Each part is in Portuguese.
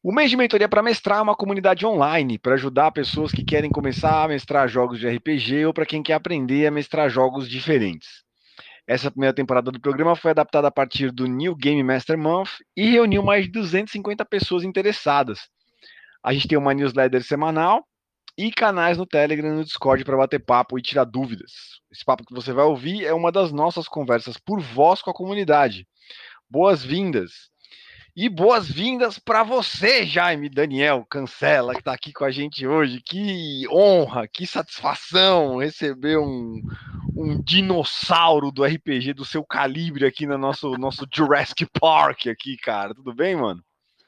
O mês de mentoria para mestrar é uma comunidade online para ajudar pessoas que querem começar a mestrar jogos de RPG ou para quem quer aprender a mestrar jogos diferentes. Essa primeira temporada do programa foi adaptada a partir do New Game Master Month e reuniu mais de 250 pessoas interessadas. A gente tem uma newsletter semanal e canais no Telegram e no Discord para bater papo e tirar dúvidas. Esse papo que você vai ouvir é uma das nossas conversas por voz com a comunidade. Boas-vindas! E boas-vindas para você, Jaime Daniel Cancela, que está aqui com a gente hoje. Que honra, que satisfação receber um dinossauro do RPG do seu calibre aqui no nosso Jurassic Park aqui, cara. Tudo bem, mano?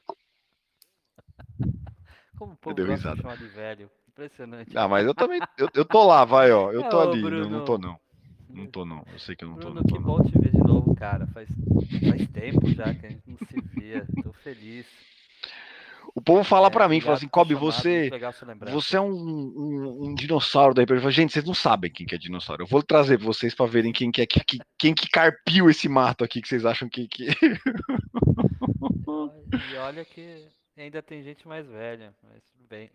Como o Eu povo dei gosta de me risada. chamar de velho. Impressionante. Ah, mas eu também, eu tô lá, vai, ó. Eu tô Ô, ali. Não, não tô Bruno. não. Não tô não. Eu sei que eu não tô, não Bruno, tô que não. bom te ver de novo, cara. Faz tempo já que a gente não se via. Tô feliz. O povo fala pra mim, fala Obrigado assim, por ter Kobe, chamado. Muito você, legal sua lembrança. você é um dinossauro da RPG. Eu falo, gente, vocês não sabem quem que é dinossauro. Eu vou trazer pra vocês pra verem quem que é quem que carpiu esse mato aqui que vocês acham que... E olha que ainda tem gente mais velha, mas tudo bem.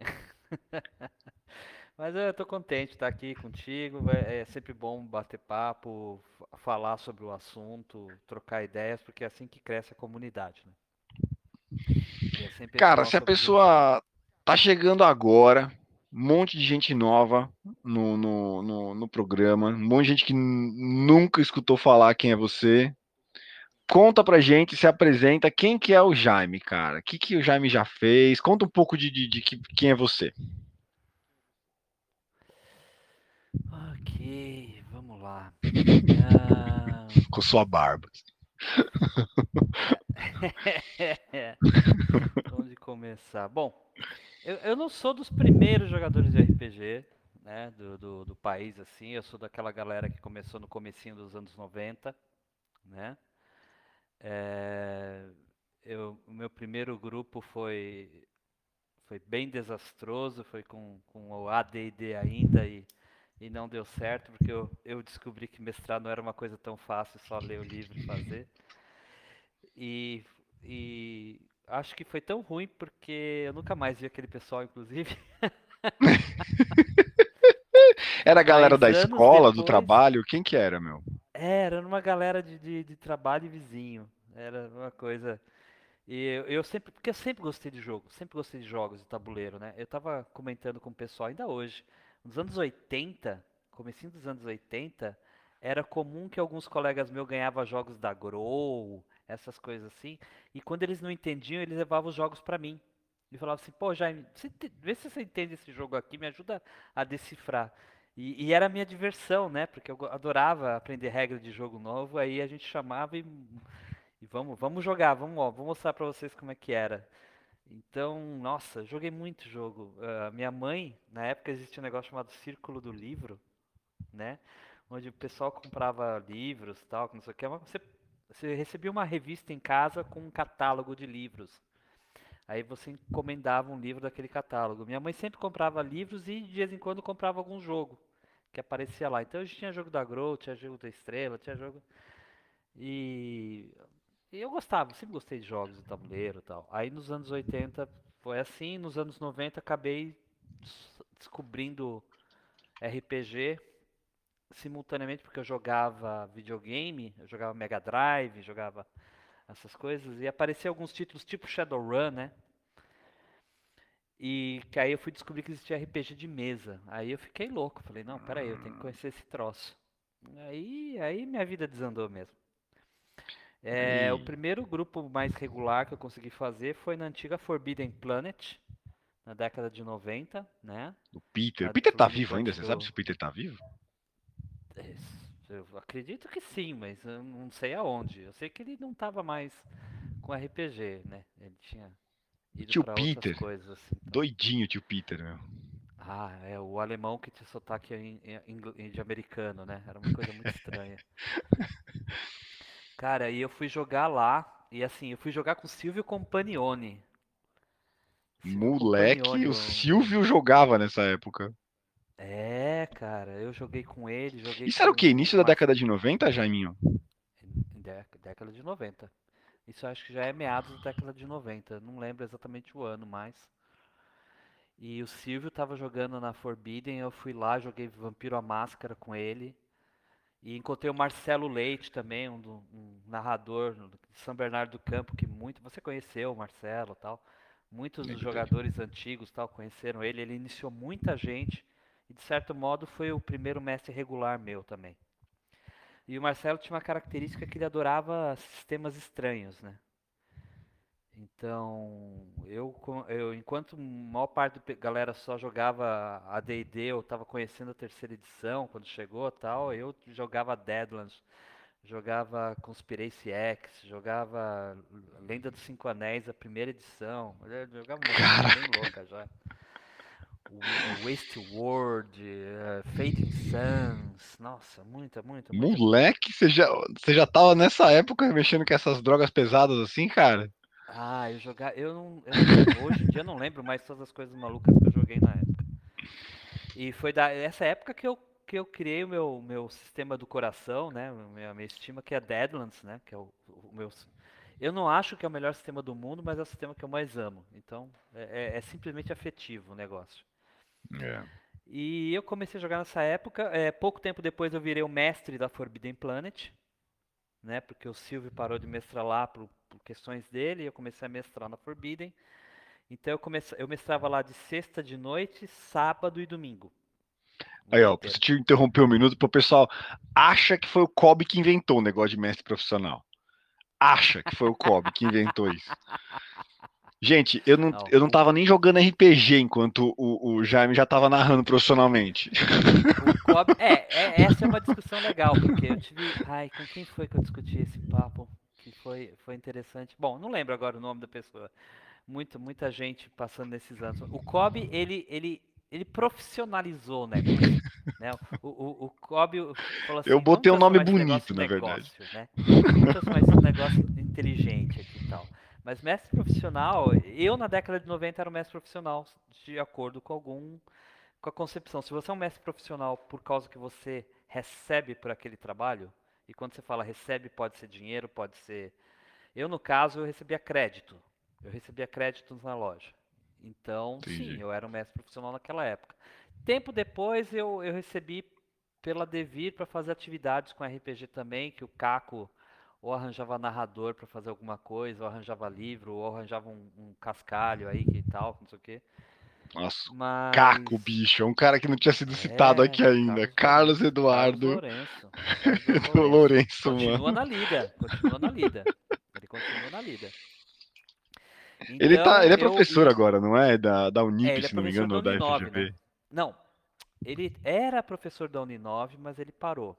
Mas eu tô contente de estar aqui contigo. É sempre bom bater papo, falar sobre o assunto, trocar ideias, porque é assim que cresce a comunidade, né? E é sempre esse o Cara, se a nosso objetivo. pessoa tá chegando agora, um monte de gente nova no programa, um monte de gente que nunca escutou falar quem é você. Conta pra gente, se apresenta, quem que é o Jaime, cara? O que que o Jaime já fez? Conta um pouco quem é você. Ok, vamos lá. Ah, Com sua barba. onde começar? Bom, eu não sou dos primeiros jogadores de RPG, né, do país, assim. Eu sou daquela galera que começou no comecinho dos anos 90, né? É, o meu primeiro grupo foi bem desastroso, foi com o AD&D ainda e não deu certo, porque eu descobri que mestrar não era uma coisa tão fácil, só ler o livro e fazer. E, e acho que foi tão ruim porque eu nunca mais vi aquele pessoal, inclusive. Era a galera da Mas anos escola, do depois, trabalho? Quem que era, meu? era uma galera de trabalho e vizinho. Era uma coisa. E eu sempre, porque eu sempre gostei de jogo, sempre gostei de jogos de tabuleiro, né? Eu tava comentando com o pessoal ainda hoje. Nos anos 80, comecinho dos anos 80, era comum que alguns colegas meus ganhavam jogos da Grow, essas coisas assim. E quando eles não entendiam, eles levavam os jogos pra mim. E falavam assim, pô, Jaime, vê se você entende esse jogo aqui, me ajuda a decifrar. E era a minha diversão, né? Porque eu adorava aprender regra de jogo novo. Aí a gente chamava e vamos jogar, vou mostrar pra vocês como é que era. Então, nossa, joguei muito jogo. Minha mãe, na época existia um negócio chamado Círculo do Livro, né? Onde o pessoal comprava livros, tal, que não sei o que, mas você recebia uma revista em casa com um catálogo de livros. Aí você encomendava um livro daquele catálogo. Minha mãe sempre comprava livros e de vez em quando comprava algum jogo que aparecia lá. Então a gente tinha jogo da Grow, tinha jogo da Estrela, tinha jogo. E e eu gostava, sempre gostei de jogos de tabuleiro e tal. Aí nos anos 80 foi assim, nos anos 90 acabei descobrindo RPG simultaneamente porque eu jogava videogame, eu jogava Mega Drive, jogava essas coisas e apareciam alguns títulos tipo Shadowrun, né? E que aí eu fui descobrir que existia RPG de mesa. Aí eu fiquei louco, falei, não, pera aí, eu tenho que conhecer esse troço. Aí minha vida desandou mesmo. O E primeiro grupo mais regular que eu consegui fazer foi na antiga Forbidden Planet, na década de 90, né? o Peter. O Na Peter tá Flame vivo ainda? Punch Você sabe se do. o Peter tá vivo? Eu acredito que sim, mas eu não sei aonde. Eu sei que ele não estava mais com RPG, né? Ele tinha ido Tio para outras Peter. coisas, assim. Então. Doidinho, tio Peter, meu. Ah, é o alemão que tinha sotaque de americano, né? Era uma coisa muito estranha. Cara, e eu fui jogar lá, e assim, eu fui jogar com Silvio Compagnoni. Silvio Moleque, Compagnoni, o Silvio jogava nessa época. cara, eu joguei com ele, joguei Isso era o com quê? o Início da Marcelo. década de 90, Jaiminho? Década de 90. Isso eu acho que já é meados da década de 90. Não lembro exatamente o ano mais. E o Silvio tava jogando na Forbidden, eu fui lá, joguei Vampiro à Máscara com ele. E encontrei o Marcelo Leite também, um narrador de São Bernardo do Campo, que muito. Você conheceu o Marcelo e tal. Muitos dos Lembro dele. jogadores antigos tal conheceram ele. Ele iniciou muita gente. E de certo modo foi o primeiro mestre regular meu também. E o Marcelo tinha uma característica que ele adorava sistemas estranhos, né? Então, enquanto a maior parte da galera só jogava a D&D, eu estava conhecendo a terceira edição quando chegou e tal, eu jogava Deadlands, jogava Conspiracy X, jogava Lenda dos Cinco Anéis, a primeira edição, eu jogava umas coisas bem Caraca, loucas já. Waste World, Fading Suns, nossa, muita coisa. moleque, você já tava nessa época mexendo com essas drogas pesadas assim, cara? Ah, eu não lembro, hoje em dia eu não lembro mais todas as coisas malucas que eu joguei na época. E foi essa época que eu criei meu sistema do coração, né? Minha estima que é Deadlands, né? Que é o meu. Eu não acho que é o melhor sistema do mundo, mas é o sistema que eu mais amo. Então, é simplesmente afetivo o negócio. É. E eu comecei a jogar nessa época. Pouco tempo depois eu virei o mestre da Forbidden Planet, né? Porque o Silvio parou de mestrar lá por questões dele, e eu comecei a mestrar na Forbidden. Então eu mestrava lá de sexta de noite, sábado e domingo, o Aí, dia ó, inteiro. preciso te interromper um minuto, porque o pessoal acha que foi o Kobe que inventou o negócio de mestre profissional. Acha que foi o Kobe que inventou isso. Gente, eu não, Não, eu não tava nem jogando RPG enquanto o Jaime já tava narrando profissionalmente. o Kobe. Essa é uma discussão legal, porque eu tive. Ai, com quem foi que eu discuti esse papo? Que foi interessante. Bom, não lembro agora o nome da pessoa. Muita gente passando nesses anos. O Kobe, ele profissionalizou o negócio. Né? O Kobe falou Eu assim: vamos botei um nome transformar esse negócio bonito, em na verdade. negócio, né? Vamos transformar isso num negócio inteligente aqui e tal. Mas mestre profissional, eu na década de 90 era um mestre profissional, de acordo com a concepção. Se você é um mestre profissional por causa que você recebe por aquele trabalho, e quando você fala recebe, pode ser dinheiro, pode ser. Eu, no caso, eu recebia crédito. Eu recebia créditos na loja. Então, sim, Entendi. eu era um mestre profissional naquela época. Tempo depois, eu recebi pela Devir para fazer atividades com RPG também, que o Caco ou arranjava narrador para fazer alguma coisa, ou arranjava livro, ou arranjava um cascalho aí que tal, não sei o quê. Nossa, Mas Caco, bicho, é um cara que não tinha sido citado é, aqui ainda. Carlos Carlos Lourenço, Carlos Eduardo Lourenço, Carlos do Lourenço. Lourenço, Continua mano. na lida, continua na lida. Ele continua na lida. Ele Então, é professor agora, não é? Da Unip, ele é se não me professor engano, da ou da Uninove, né? FGV. Não, ele era professor da Uninove, mas ele parou.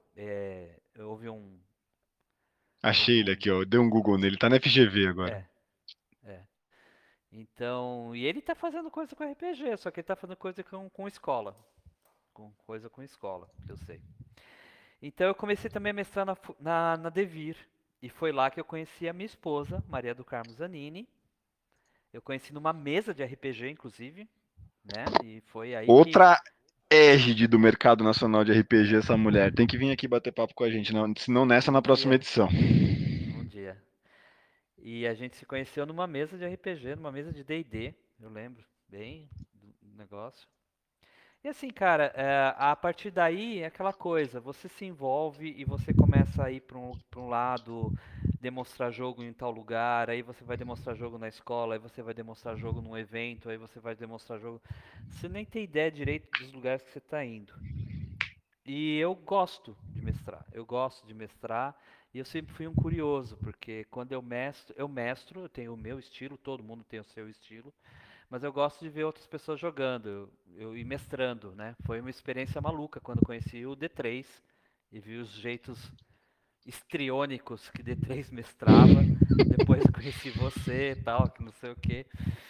Houve Achei ele um, aqui, ó. Dei um Google nele. Tá na FGV agora. é, é. Então, e ele tá fazendo coisa com RPG, só que ele tá fazendo coisa com escola, com coisa com escola, que eu sei. Então eu comecei também a mestrar na Devir. E foi lá que eu conheci a minha esposa, Maria do Carmo Zanini. Eu conheci numa mesa de RPG, inclusive, né? E foi aí que. Outra égide do mercado nacional de RPG, essa mulher. Tem que vir aqui bater papo com a gente, não, se não nessa, Um na próxima dia. edição. Um dia. E a gente se conheceu numa mesa de RPG, numa mesa de D&D, eu lembro bem do negócio. E assim, cara, a partir daí é aquela coisa, você se envolve e você começa a ir para um lado, demonstrar jogo em tal lugar, aí você vai demonstrar jogo na escola, aí você vai demonstrar jogo num evento, aí você vai demonstrar jogo. Você nem tem ideia direito dos lugares que você está indo. E eu gosto de mestrar, eu gosto de mestrar, e eu sempre fui um curioso, porque quando eu mestro, eu tenho o meu estilo, todo mundo tem o seu estilo, mas eu gosto de ver outras pessoas jogando, eu ir mestrando, né? Foi uma experiência maluca quando conheci o D3 e vi os jeitos histriônicos que D3 mestrava. Depois conheci você e tal, que não sei o quê.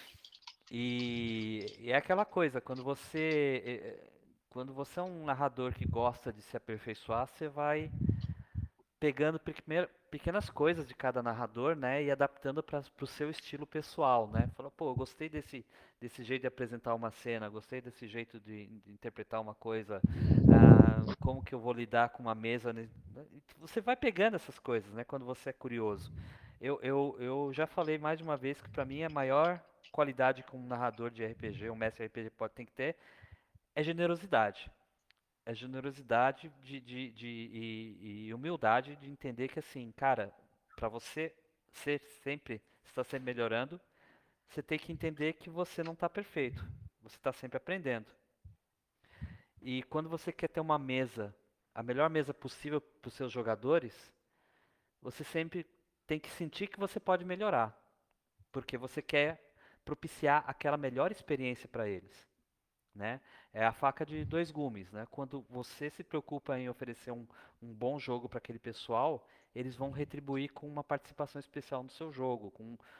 E é aquela coisa, quando você é um narrador que gosta de se aperfeiçoar, você vai pegando pequenas coisas de cada narrador, né, e adaptando para o seu estilo pessoal, né? Fala, pô, eu gostei desse jeito de apresentar uma cena, gostei desse jeito de interpretar uma coisa, como que eu vou lidar com uma mesa, né? Você vai pegando essas coisas, né, quando você é curioso. Eu já falei mais de uma vez que pra mim a maior qualidade que um narrador de RPG, um mestre de RPG tem que ter é generosidade. É generosidade e humildade de entender que assim, cara, pra você ser sempre, estar sempre melhorando, você tem que entender que você não tá perfeito. Você tá sempre aprendendo. E quando você quer ter uma mesa, a melhor mesa possível para os seus jogadores, você sempre tem que sentir que você pode melhorar, porque você quer propiciar aquela melhor experiência para eles, né? É a faca de dois gumes, né? Quando você se preocupa em oferecer um bom jogo para aquele pessoal, eles vão retribuir com uma participação especial no seu jogo,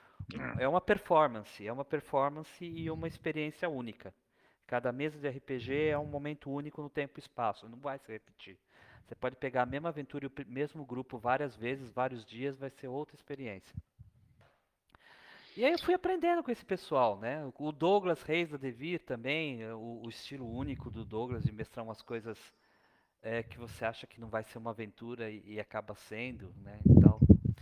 é uma performance e uma experiência única. Cada mesa de RPG é um momento único no tempo e espaço, não vai se repetir. Você pode pegar a mesma aventura e o mesmo grupo várias vezes, vários dias, vai ser outra experiência. E aí eu fui aprendendo com esse pessoal, né? O Douglas Reis da Devir também, o estilo único do Douglas de mestrar umas coisas que você acha que não vai ser uma aventura e acaba sendo, né? Então,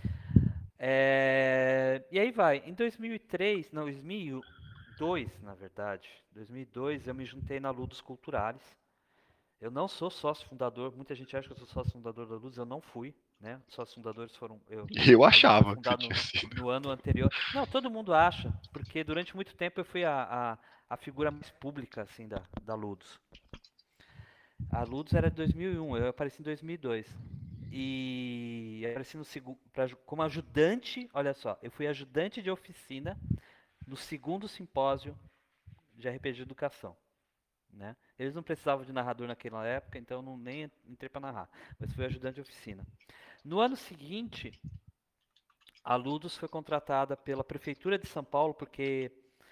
e aí vai. Em 2003, não, 2002, na verdade, 2002 eu me juntei na Ludus Culturalis. Eu não sou sócio fundador, muita gente acha que eu sou sócio fundador da Ludus, eu não fui, né? Os sócios fundadores foram eu. Eu A Ludus foi achava que você fundada tinha sido. no ano anterior. Não, todo mundo acha, porque durante muito tempo eu fui a figura mais pública assim da Ludus. A Ludus era de 2001, eu apareci em 2002. E apareci no segundo, como ajudante, olha só, eu fui ajudante de oficina no segundo simpósio de RPG de Educação, né? Eles não precisavam de narrador naquela época, então eu não nem entrei para narrar, mas fui ajudante de oficina. No ano seguinte, a Ludus foi contratada pela prefeitura de São Paulo porque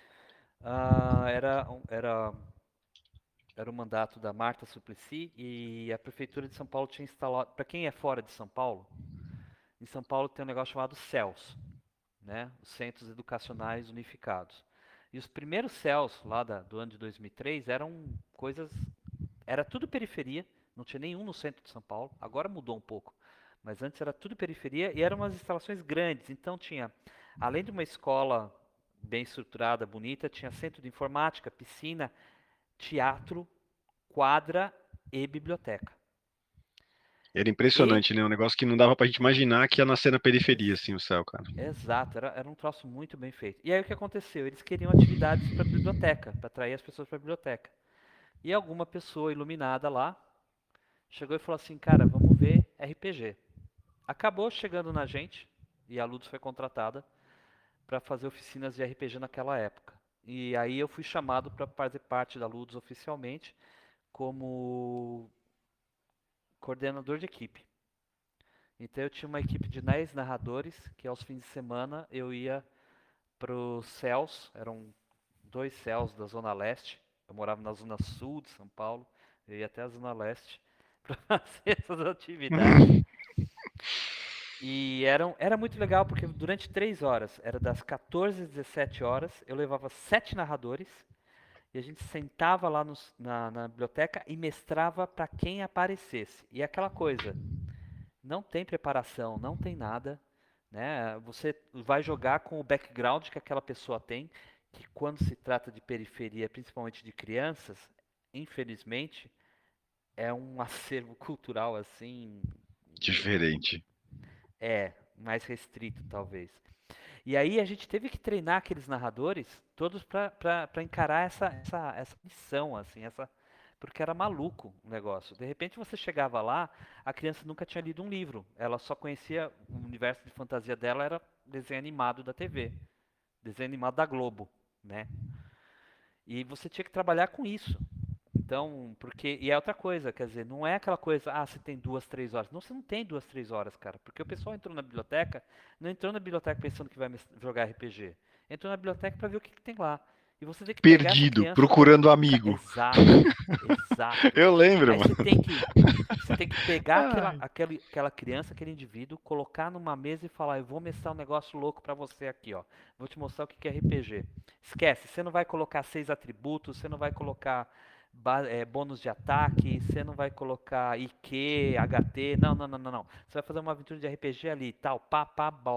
era o mandato da Marta Suplicy e a prefeitura de São Paulo tinha instalado, para quem é fora de São Paulo, em São Paulo tem um negócio chamado CELS, né? Os Centros Educacionais Unificados. E os primeiros CELS lá do ano de 2003 eram coisas, era tudo periferia, não tinha nenhum no centro de São Paulo. Agora mudou um pouco, mas antes era tudo periferia e eram umas instalações grandes. Então tinha, além de uma escola bem estruturada, bonita, tinha centro de informática, piscina, teatro, quadra e biblioteca. Era E impressionante, né? Um negócio que não dava pra gente imaginar que ia nascer na periferia, ex- assim, o céu, cara. Exato, era um troço muito bem feito. E aí o que aconteceu? Eles queriam atividades para a biblioteca, para atrair as pessoas para a biblioteca. E alguma pessoa iluminada lá chegou e falou assim: cara, vamos ver RPG. Acabou chegando na gente, e a Ludus foi contratada para fazer oficinas de RPG naquela época. E aí eu fui chamado para fazer parte da Ludus oficialmente como coordenador de equipe. Então eu tinha uma equipe de 10 narradores que aos fins de semana eu ia para os céus, eram dois céus da Zona Leste. Eu morava na Zona Sul de São Paulo, eu ia até a Zona Leste para fazer essas atividades. E era muito legal porque durante 3 horas, era das 14 às 17 horas, eu levava 7 narradores e a gente sentava lá na biblioteca e mestrava para quem aparecesse. E aquela coisa, não tem preparação, não tem nada, né? Você vai jogar com o background que aquela pessoa tem, que quando se trata de periferia, principalmente de crianças, infelizmente, é um acervo cultural assim, Diferente. mais restrito talvez. E aí a gente teve que treinar aqueles narradores todos para encarar essa missão, assim, porque era maluco o negócio. De repente você chegava lá, a criança nunca tinha lido um livro, ela só conhecia o universo de fantasia dela, era desenho animado da TV, desenho animado da Globo, né? E você tinha que trabalhar com isso. Então, e é outra coisa, quer dizer, não é aquela coisa, você tem 2, 3 horas. Não, você não tem 2, 3 horas, cara. Porque o pessoal entrou na biblioteca, não entrou na biblioteca pensando que vai jogar RPG. Entrou na biblioteca para ver o que tem lá. E você tem que pegar essa Perdido, criança, procurando colocar. amigo. Exato, exato. Eu lembro, Aí mano. você tem que pegar Ai. aquela criança, aquele indivíduo, colocar numa mesa e falar: eu vou mostrar um negócio louco para você aqui, ó. Vou te mostrar o que é RPG. Esquece, você não vai colocar 6 atributos, você não vai colocar bônus de ataque, você não vai colocar IQ, HT, não, não, não, não, não. Você vai fazer uma aventura de RPG ali, tal, pá, pá, bola.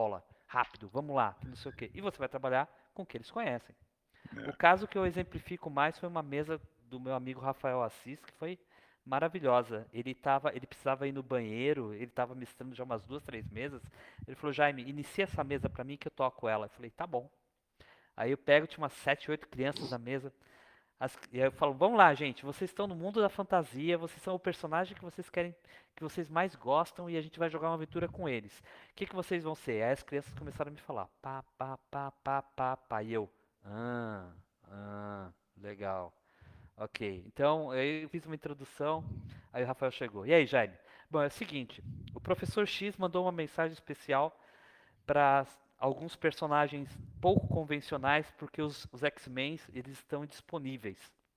rápido, vamos lá, não sei o quê. E você vai trabalhar com o que eles conhecem. O É. caso que eu exemplifico mais foi uma mesa do meu amigo Rafael Assis, que foi maravilhosa. Ele precisava ir no banheiro, ele estava mestrando já umas 2, 3 mesas. Ele falou, Jaime, inicia essa mesa para mim que eu toco ela. Eu falei, tá bom. Aí eu pego, tinha umas 7, 8 crianças na mesa. E aí eu falo, vamos lá, gente, vocês estão no mundo da fantasia, vocês são o personagem que vocês querem, que vocês mais gostam e a gente vai jogar uma aventura com eles. O que que vocês vão ser? Aí as crianças começaram a me falar, pá, pá, pá, pá, pá, pá. E eu, ah, legal. Ok, então eu fiz uma introdução, aí o Rafael chegou. E aí, Jaime? Bom, é o seguinte, o professor X mandou uma mensagem especial para alguns personagens pouco convencionais, porque os X-Men eles estão disponíveis.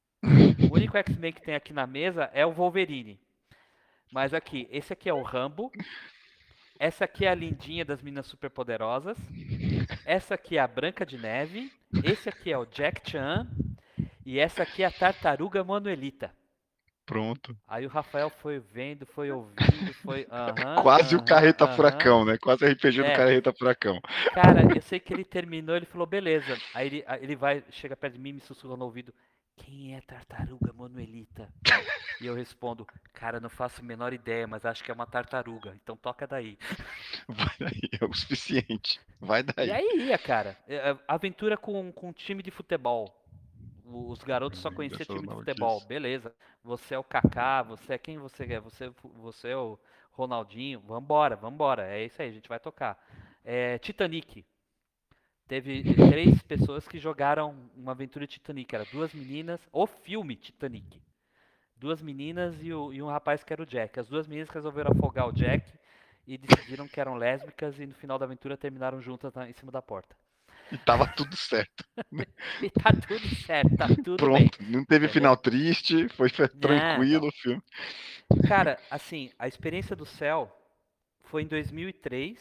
O único X-Men que tem aqui na mesa é o Wolverine. Mas aqui, esse aqui é o Rambo, essa aqui é a Lindinha das Minas Superpoderosas, essa aqui é a Branca de Neve, esse aqui é o Jack Chan e essa aqui é a Tartaruga Manuelita. Pronto. Aí o Rafael foi vendo, foi ouvindo, foi aham, Quase o aham, Carreta aham. Furacão, né? Quase RPG do É, Carreta Furacão. cara, eu sei que ele terminou, ele falou, beleza. Aí ele vai, chega perto de mim e me sussurra no ouvido, quem é Tartaruga Manuelita? E eu respondo, cara, não faço a menor ideia, mas acho que é uma tartaruga, então toca daí. Vai daí, é o suficiente. Vai E daí. aí ia, cara. Aventura com time de futebol. Os garotos só conheciam Dessa time de futebol, maluquice. beleza. Você é o Kaká, você é quem você é, você é o Ronaldinho. Vambora, vambora. É isso aí, a gente vai tocar. Titanic. Teve 3 pessoas que jogaram uma aventura Titanic. Era 2 meninas, o filme Titanic. 2 meninas e um rapaz que era o Jack. As 2 meninas resolveram afogar o Jack e decidiram que eram lésbicas e no final da aventura terminaram juntas em cima da porta. E tava tudo certo. E tá tudo certo, tá tudo bem. Pronto, não teve Entendeu? final triste, foi Não, tranquilo então. o filme. Cara, assim, a experiência do céu foi em 2003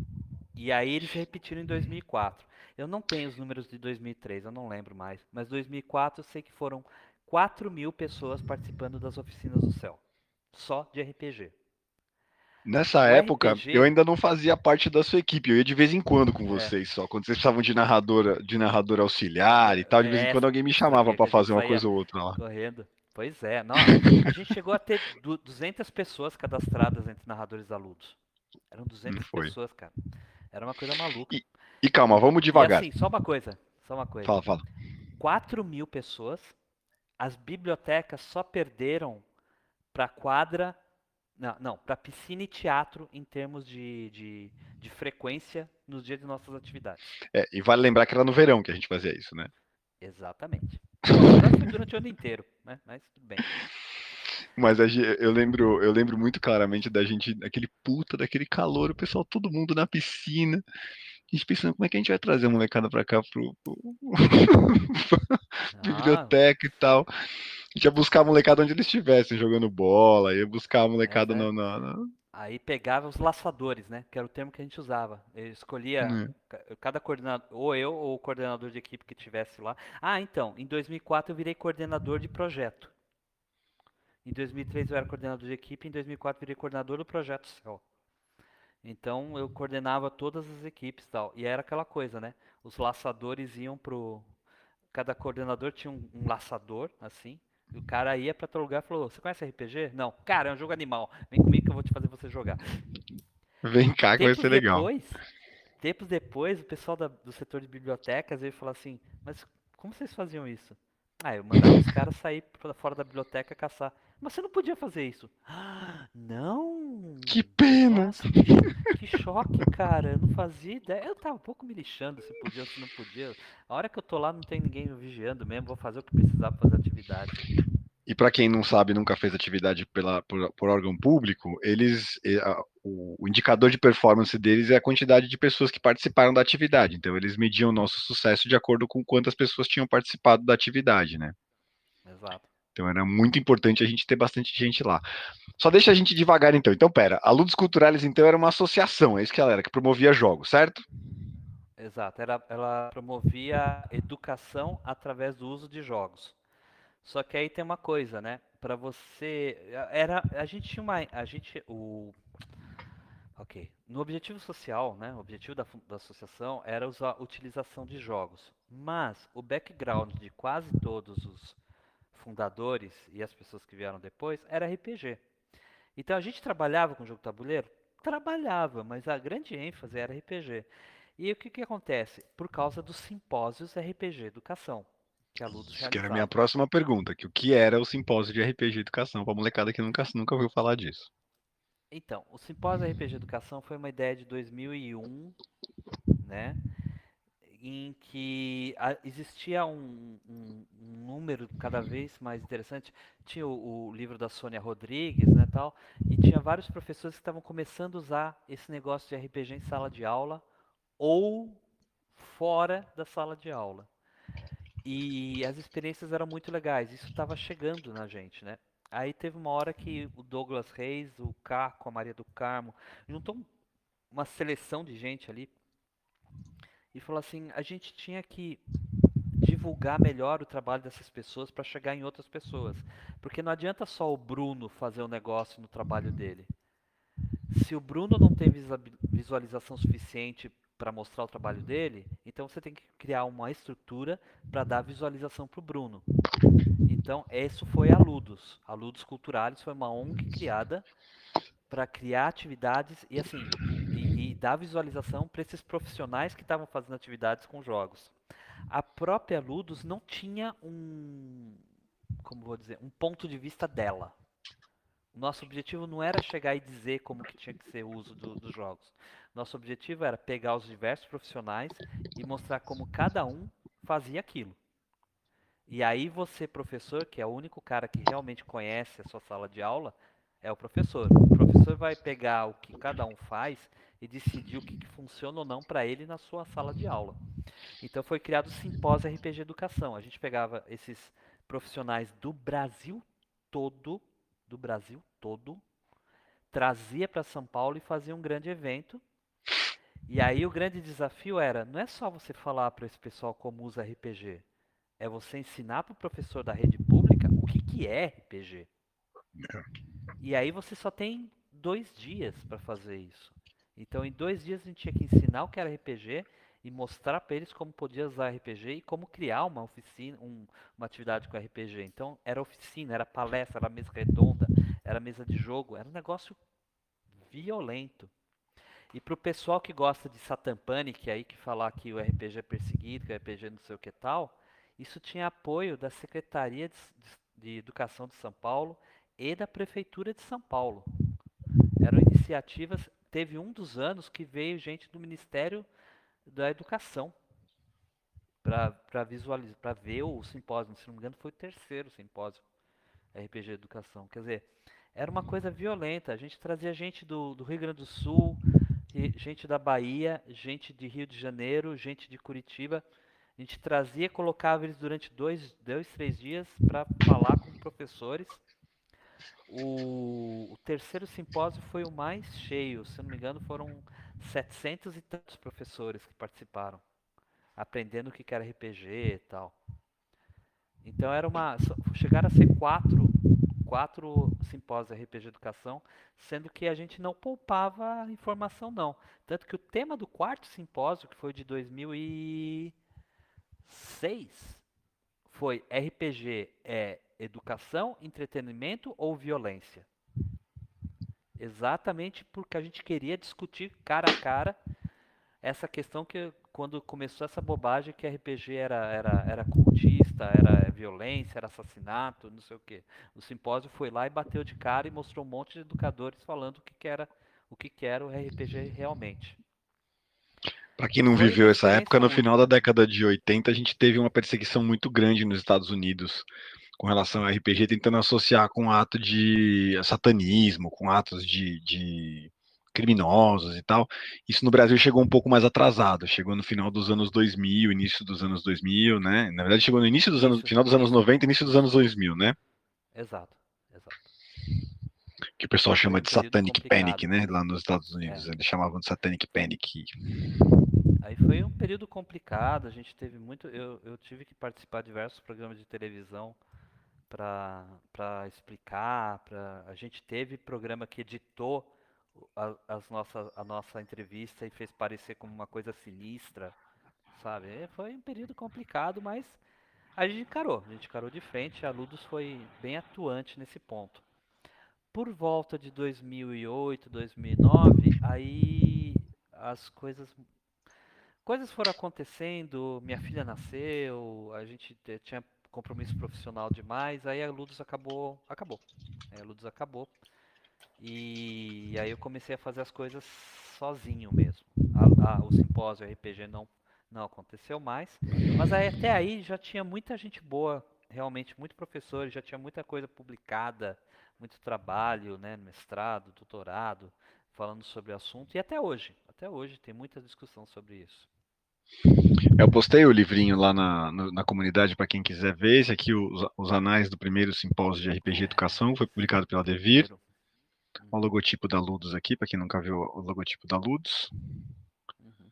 e aí eles repetiram em 2004. Eu não tenho os números de 2003, eu não lembro mais. Mas 2004 eu sei que foram 4.000 pessoas participando das oficinas do céu. Só de RPG. Nessa O época, eu RPG ainda não fazia parte da sua equipe, eu ia de vez em quando com é, vocês só. Quando vocês precisavam de narrador auxiliar e tal, de vez em quando alguém me chamava saquei que pra a gente fazer uma saía coisa ou outra lá. correndo. Pois é, não. A gente chegou a ter 200 pessoas cadastradas entre narradores da Ludus. Eram Não 200 foi. pessoas, cara. Era uma coisa maluca. E calma, vamos E devagar. assim, só uma coisa. Fala, fala. 4.000 pessoas, as bibliotecas só perderam para quadra, não, para piscina e teatro em termos de frequência nos dias de nossas atividades. E vale lembrar que era no verão que a gente fazia isso, né? Exatamente. Bom, na verdade foi durante o ano inteiro, né? Mas tudo bem. Mas eu lembro muito claramente da gente, aquele puta, daquele calor, o pessoal, todo mundo na piscina. A gente pensando como é que a gente vai trazer a molecada pra cá Ah, biblioteca e tal. A gente ia buscar a molecada onde eles estivessem, jogando bola, ia buscar a mas molecada é. Aí pegava os laçadores, né? Que era o termo que a gente usava. Eu escolhia né? cada coordenador, ou eu ou o coordenador de equipe que tivesse lá. Ah, então, em 2004 eu virei coordenador de projeto. Em 2003 eu era coordenador de equipe, em 2004 virei coordenador do projeto Céu. Então eu coordenava todas as equipes e tal. E era aquela coisa, né? Os laçadores iam pro. Cada coordenador tinha um laçador, assim. E o cara ia pra outro lugar e falou: Você conhece RPG? Não. Cara, é um jogo animal. Vem comigo que eu vou te fazer você jogar. Vem cá que vai Tempos ser legal. depois, tempos depois, o pessoal do setor de bibliotecas veio falar assim: Mas como vocês faziam isso? Ah, eu mandava os caras sair pra fora da biblioteca caçar. Mas você não podia fazer isso. Ah, não! Que pena! Nossa, que choque, cara. Eu não fazia ideia. Eu tava um pouco me lixando se podia ou se não podia. A hora que eu tô lá não tem ninguém me vigiando mesmo. Vou fazer o que precisar pra fazer atividade. E para quem não sabe, nunca fez atividade por órgão público, o indicador de performance deles é a quantidade de pessoas que participaram da atividade. Então, eles mediam o nosso sucesso de acordo com quantas pessoas tinham participado da atividade, né? Exato. Então, era muito importante a gente ter bastante gente lá. Só deixa a gente devagar, então. Então, pera, a Ludus Culturales, então, era uma associação, é isso que ela era, que promovia jogos, certo? Exato. Ela promovia educação através do uso de jogos. Só que aí tem uma coisa, né? Pra você. A gente tinha uma. A gente. Ok. No objetivo social, né, o objetivo da associação era a utilização de jogos. Mas o background de quase todos os fundadores e as pessoas que vieram depois era RPG. Então a gente trabalhava com jogo tabuleiro? Trabalhava, mas a grande ênfase era RPG. E o que que acontece? Por causa dos simpósios RPG Educação, que a Ludus Isso que era a minha realizava. próxima pergunta, que o que era o simpósio de RPG Educação para molecada que nunca ouviu falar disso. Então, o simpósio RPG Educação foi uma ideia de 2001, né? Em que existia um número cada vez mais interessante. Tinha o livro da Sônia Rodrigues, né, tal, e tinha vários professores que estavam começando a usar esse negócio de RPG em sala de aula ou fora da sala de aula. E as experiências eram muito legais. Isso estava chegando na gente, né? Aí teve uma hora que o Douglas Reis, o Caco, a Maria do Carmo, juntou uma seleção de gente ali e falou assim: a gente tinha que divulgar melhor o trabalho dessas pessoas para chegar em outras pessoas. Porque não adianta só o Bruno fazer o negócio no trabalho dele. Se o Bruno não tem visualização suficiente para mostrar o trabalho dele, então você tem que criar uma estrutura para dar visualização para o Bruno. Então, isso foi a Ludus. A Ludus Culturalis foi uma ONG criada para criar atividades e assim e dar visualização para esses profissionais que estavam fazendo atividades com jogos. A própria Ludus não tinha como vou dizer, um ponto de vista dela. Nosso objetivo não era chegar e dizer como que tinha que ser o uso dos jogos. Nosso objetivo era pegar os diversos profissionais e mostrar como cada um fazia aquilo. E aí você, professor, que é o único cara que realmente conhece a sua sala de aula, é o professor. O professor vai pegar o que cada um faz e decidir o que funciona ou não para ele na sua sala de aula. Então foi criado o Simpósio RPG Educação. A gente pegava esses profissionais do Brasil todo, trazia para São Paulo e fazia um grande evento. E aí o grande desafio era, não é só você falar para esse pessoal como usa RPG, é você ensinar para o professor da rede pública o que, que é RPG. E aí você só tem 2 dias para fazer isso. Então, em 2 dias a gente tinha que ensinar o que era RPG e mostrar para eles como podia usar RPG e como criar uma oficina, uma atividade com RPG. Então, era oficina, era palestra, era mesa redonda, era mesa de jogo, era um negócio violento. E pro pessoal que gosta de Satan Panic, aí que falar que o RPG é perseguido, que o RPG não sei o que tal, isso tinha apoio da Secretaria de Educação de São Paulo e da Prefeitura de São Paulo. Eram iniciativas, teve um dos anos que veio gente do Ministério da Educação para visualizar, para ver o simpósio. Se não me engano, foi o terceiro simpósio RPG Educação. Quer dizer, era uma coisa violenta. A gente trazia gente do Rio Grande do Sul, gente da Bahia, gente de Rio de Janeiro, gente de Curitiba. A gente trazia, colocava eles durante 3 dias para falar com professores. O terceiro simpósio foi o mais cheio, se eu não me engano, foram 700 e tantos professores que participaram, aprendendo o que era RPG e tal. Então era chegaram a ser quatro simpósios RPG Educação, sendo que a gente não poupava a informação não. Tanto que o tema do quarto simpósio, que foi de 2006, foi RPG é educação, entretenimento ou violência? Exatamente porque a gente queria discutir cara a cara essa questão que quando começou essa bobagem que RPG era cultista, era violência, era assassinato, não sei o quê. O simpósio foi lá e bateu de cara e mostrou um monte de educadores falando o que que era o RPG realmente. Para quem não Foi uma viveu essa época, experiência no final da única. década de 80, a gente teve uma perseguição muito grande nos Estados Unidos com relação ao RPG, tentando associar com ato de satanismo, com atos de criminosos e tal. Isso no Brasil chegou um pouco mais atrasado, chegou no final dos anos 2000, início dos anos 2000, né? Na verdade, chegou no início dos anos, Início, final dos anos início, 90, início dos anos 2000, né? exato, exato. Que o pessoal Foi chama um de período Satanic Panic, complicado. né? Lá nos Estados É. Unidos, eles chamavam de Satanic Panic. Aí foi um período complicado, a gente teve muito. Eu tive que participar de diversos programas de televisão para explicar. A gente teve programa que editou a nossa entrevista e fez parecer como uma coisa sinistra, sabe? Foi um período complicado, mas a gente encarou de frente, a Ludus foi bem atuante nesse ponto. Por volta de 2008, 2009, aí as coisas foram acontecendo, minha filha nasceu, a gente tinha compromisso profissional demais, aí a Ludus acabou. Aí a Ludus acabou. E aí eu comecei a fazer as coisas sozinho mesmo. O simpósio RPG não aconteceu mais, mas aí, até aí já tinha muita gente boa, realmente muito professores, já tinha muita coisa publicada, muito trabalho, né, mestrado, doutorado, falando sobre o assunto, e até hoje tem muita discussão sobre isso. Eu postei o livrinho lá na comunidade para quem quiser ver. Esse aqui, os anais do primeiro simpósio de RPG Educação, foi publicado pela O Devir. primeiro. O Uhum, logotipo da Ludus aqui, para quem nunca viu o logotipo da Ludus. uhum.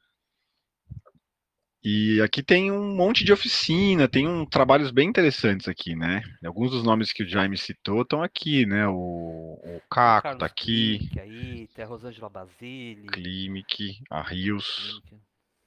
E aqui tem um monte de oficina, tem trabalhos bem interessantes aqui, né? Alguns dos nomes que o Jaime citou estão aqui, né? O Tem o Caco está Carlos aqui, Klimek aí, tem a Rosângela Basile, Klimek, a o Rios, Klimek.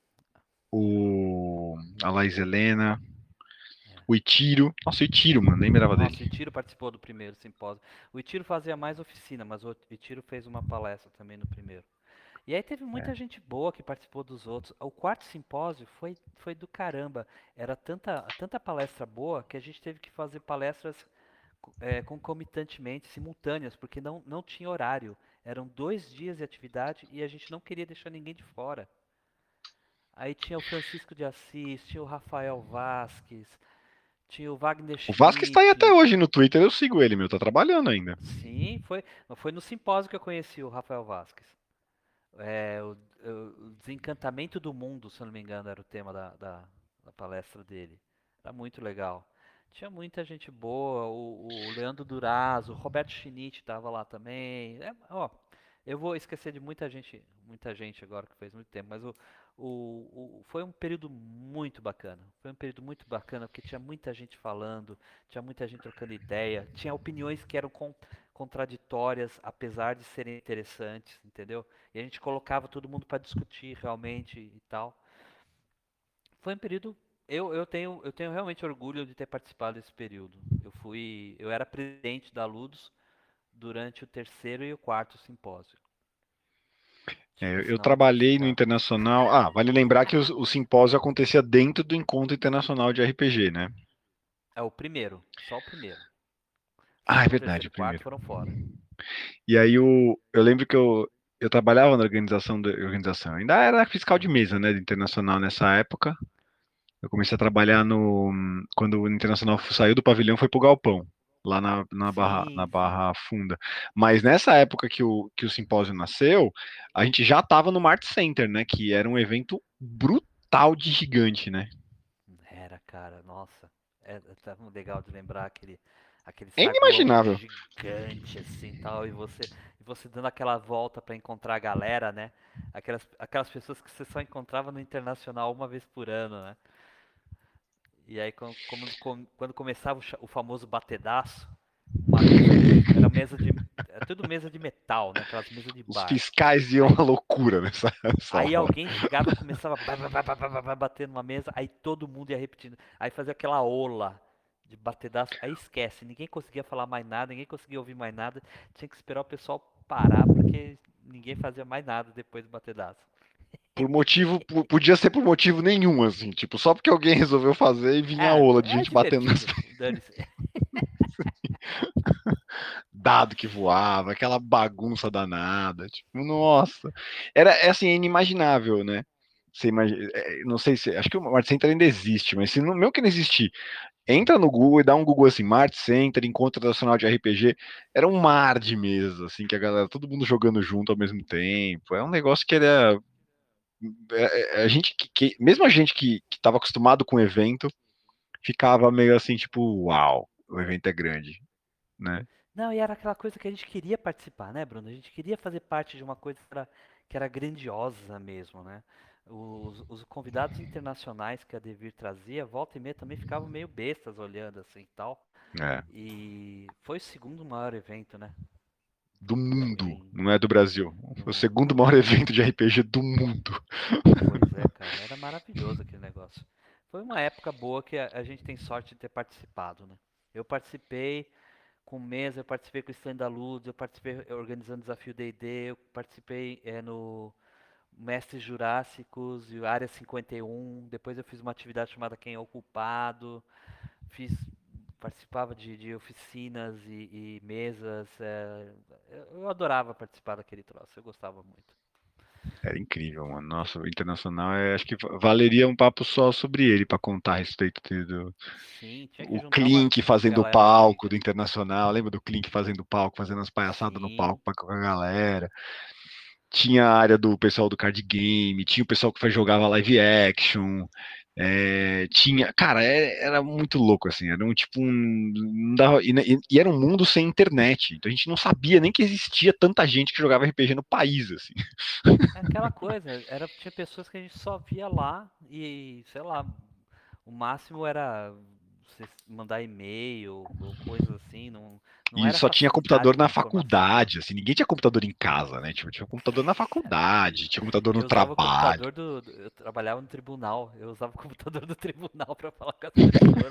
a Laís Helena, É. o Itiro. Nossa, o Itiro, mano, nem lembrava dele. Nossa, o Itiro participou do primeiro simpósio. O Itiro fazia mais oficina, mas o Itiro fez uma palestra também no primeiro. E aí teve muita É. gente boa que participou dos outros. O quarto simpósio foi do caramba. Era tanta palestra boa que a gente teve que fazer palestras concomitantemente, simultâneas, porque não tinha horário. Eram 2 dias de atividade e a gente não queria deixar ninguém de fora. Aí tinha o Francisco de Assis, tinha o Rafael Vasques, tinha o Wagner O Vasquez está aí até Schmidt. hoje no Twitter, eu sigo ele, meu, tá trabalhando ainda. Sim, foi no simpósio que eu conheci o Rafael Vasques. O Desencantamento do Mundo, se eu não me engano, era o tema da palestra dele. Era muito legal. Tinha muita gente boa, o Leandro Durazo, o Roberto Schinitti estava lá também. Ó, eu vou esquecer de muita gente agora que fez muito tempo, mas foi um período muito bacana. Foi um período muito bacana porque tinha muita gente falando, tinha muita gente trocando ideia, tinha opiniões que eram contraditórias, apesar de serem interessantes, entendeu? E a gente colocava todo mundo para discutir realmente e tal. Foi um período. Eu tenho realmente orgulho de ter participado desse período. Eu era presidente da Ludus durante o terceiro e o quarto simpósio. Tive esse Eu não de trabalhei no participar. Internacional. Ah, vale lembrar que o simpósio acontecia dentro do Encontro Internacional de RPG, né? É o primeiro, só o primeiro. Ah, é Segundo, verdade, terceiro o e quarto primeiro. foram fora. E aí eu lembro que eu trabalhava na organização, ainda era fiscal de Aham. mesa, né, de internacional nessa época. Eu comecei a trabalhar quando o Internacional saiu do pavilhão, foi pro galpão, lá na Sim, sim. Barra Funda. Mas nessa época que o simpósio nasceu, a gente já estava no Mart Center, né, que era um evento brutal de gigante, né? Era, cara, nossa. Tá legal de lembrar aquele É saguão inimaginável. gigante assim tal, e você dando aquela volta pra encontrar a galera, né? Aquelas pessoas que você só encontrava no Internacional uma vez por ano, né? E aí quando começava o famoso batedaço, uma mesa, era mesa de, é tudo mesa de metal, né? Aquelas mesas de Os bar. fiscais iam Aí à loucura nessa Aí hora. alguém chegava, começava a bater numa mesa, aí todo mundo ia repetindo. Aí fazia aquela ola de batedaço, aí esquece, ninguém conseguia falar mais nada, ninguém conseguia ouvir mais nada, tinha que esperar o pessoal parar, porque ninguém fazia mais nada depois do batedaço. Podia ser por motivo nenhum, assim, tipo, só porque alguém resolveu fazer e vinha a ola de É gente batendo nas divertido, dane-se. dado que voava, aquela bagunça danada, tipo, nossa. É assim, é inimaginável, né? Você imagina, não sei se, acho que o Mart Center ainda existe, mas se não, mesmo que não existir, entra no Google e dá um Google assim, Mart Center, Encontro Nacional de RPG, era um mar de mesa, assim, que a galera, todo mundo jogando junto ao mesmo tempo, é um negócio que era, a gente, mesmo a gente que estava acostumado com o evento, ficava meio assim, tipo, uau, o evento é grande, né? Não, e era aquela coisa que a gente queria participar, né, Bruno? A gente queria fazer parte de uma coisa que era grandiosa mesmo, né? Os convidados internacionais que a Devir trazia, volta e meia também ficavam meio bestas olhando assim e tal. É. E foi o segundo maior evento, né? do mundo, Em, não é do Brasil. no Foi o mundo. segundo maior evento de RPG do mundo. Pois é, cara, era maravilhoso aquele negócio. Foi uma época boa que a gente tem sorte de ter participado, né? Eu participei com mesa, eu participei com o Stand da Luz, eu participei organizando o Desafio D&D, eu participei no Mestres Jurássicos e Área 51, depois eu fiz uma atividade chamada Quem é o Culpado, fiz, participava de oficinas e mesas, eu adorava participar daquele troço, eu gostava muito. Era incrível, mano. Nossa, o Internacional, acho que valeria um papo só sobre ele para contar a respeito do Sim, tinha que o juntar uma Clink fazendo o galera pra ir, palco do cara. Internacional. Lembra do Clink fazendo o palco, fazendo as palhaçadas no Sim, palco com a galera? Tinha a área do pessoal do card game, tinha o pessoal que jogava live action. Tinha, cara, era muito louco assim, era um tipo não dava, e era um mundo sem internet, então a gente não sabia nem que existia tanta gente que jogava RPG no país assim. é aquela coisa, tinha pessoas que a gente só via lá e, sei lá, o máximo era você mandar e-mail ou coisas assim, não E era só tinha facilidade computador de na informação. faculdade, assim, ninguém tinha computador em casa, né? Tipo, tinha computador na faculdade, tinha computador no Eu usava o trabalho. computador eu trabalhava no tribunal, eu usava o computador do tribunal para falar com as pessoas.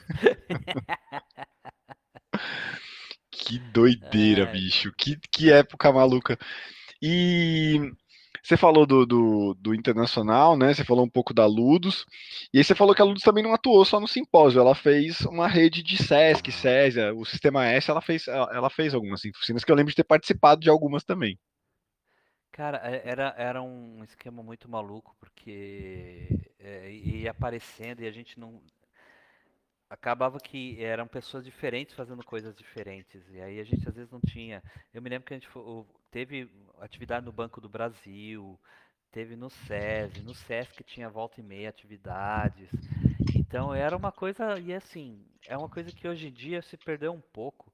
Que doideira, É, bicho. Que época maluca. E você falou do Internacional, né? Você falou um pouco da Ludus. E aí você falou que a Ludus também não atuou só no simpósio. Ela fez uma rede de Sesc, não. Césia, o Sistema S, ela fez algumas oficinas que eu lembro de ter participado de algumas também. Cara, era um esquema muito maluco, porque ia aparecendo e a gente não. Acabava que eram pessoas diferentes fazendo coisas diferentes. E aí a gente às vezes não tinha. Eu me lembro que a gente teve atividade no Banco do Brasil, teve no SESI, no SESC tinha volta e meia atividades. Então era uma coisa, e assim, é uma coisa que hoje em dia se perdeu um pouco.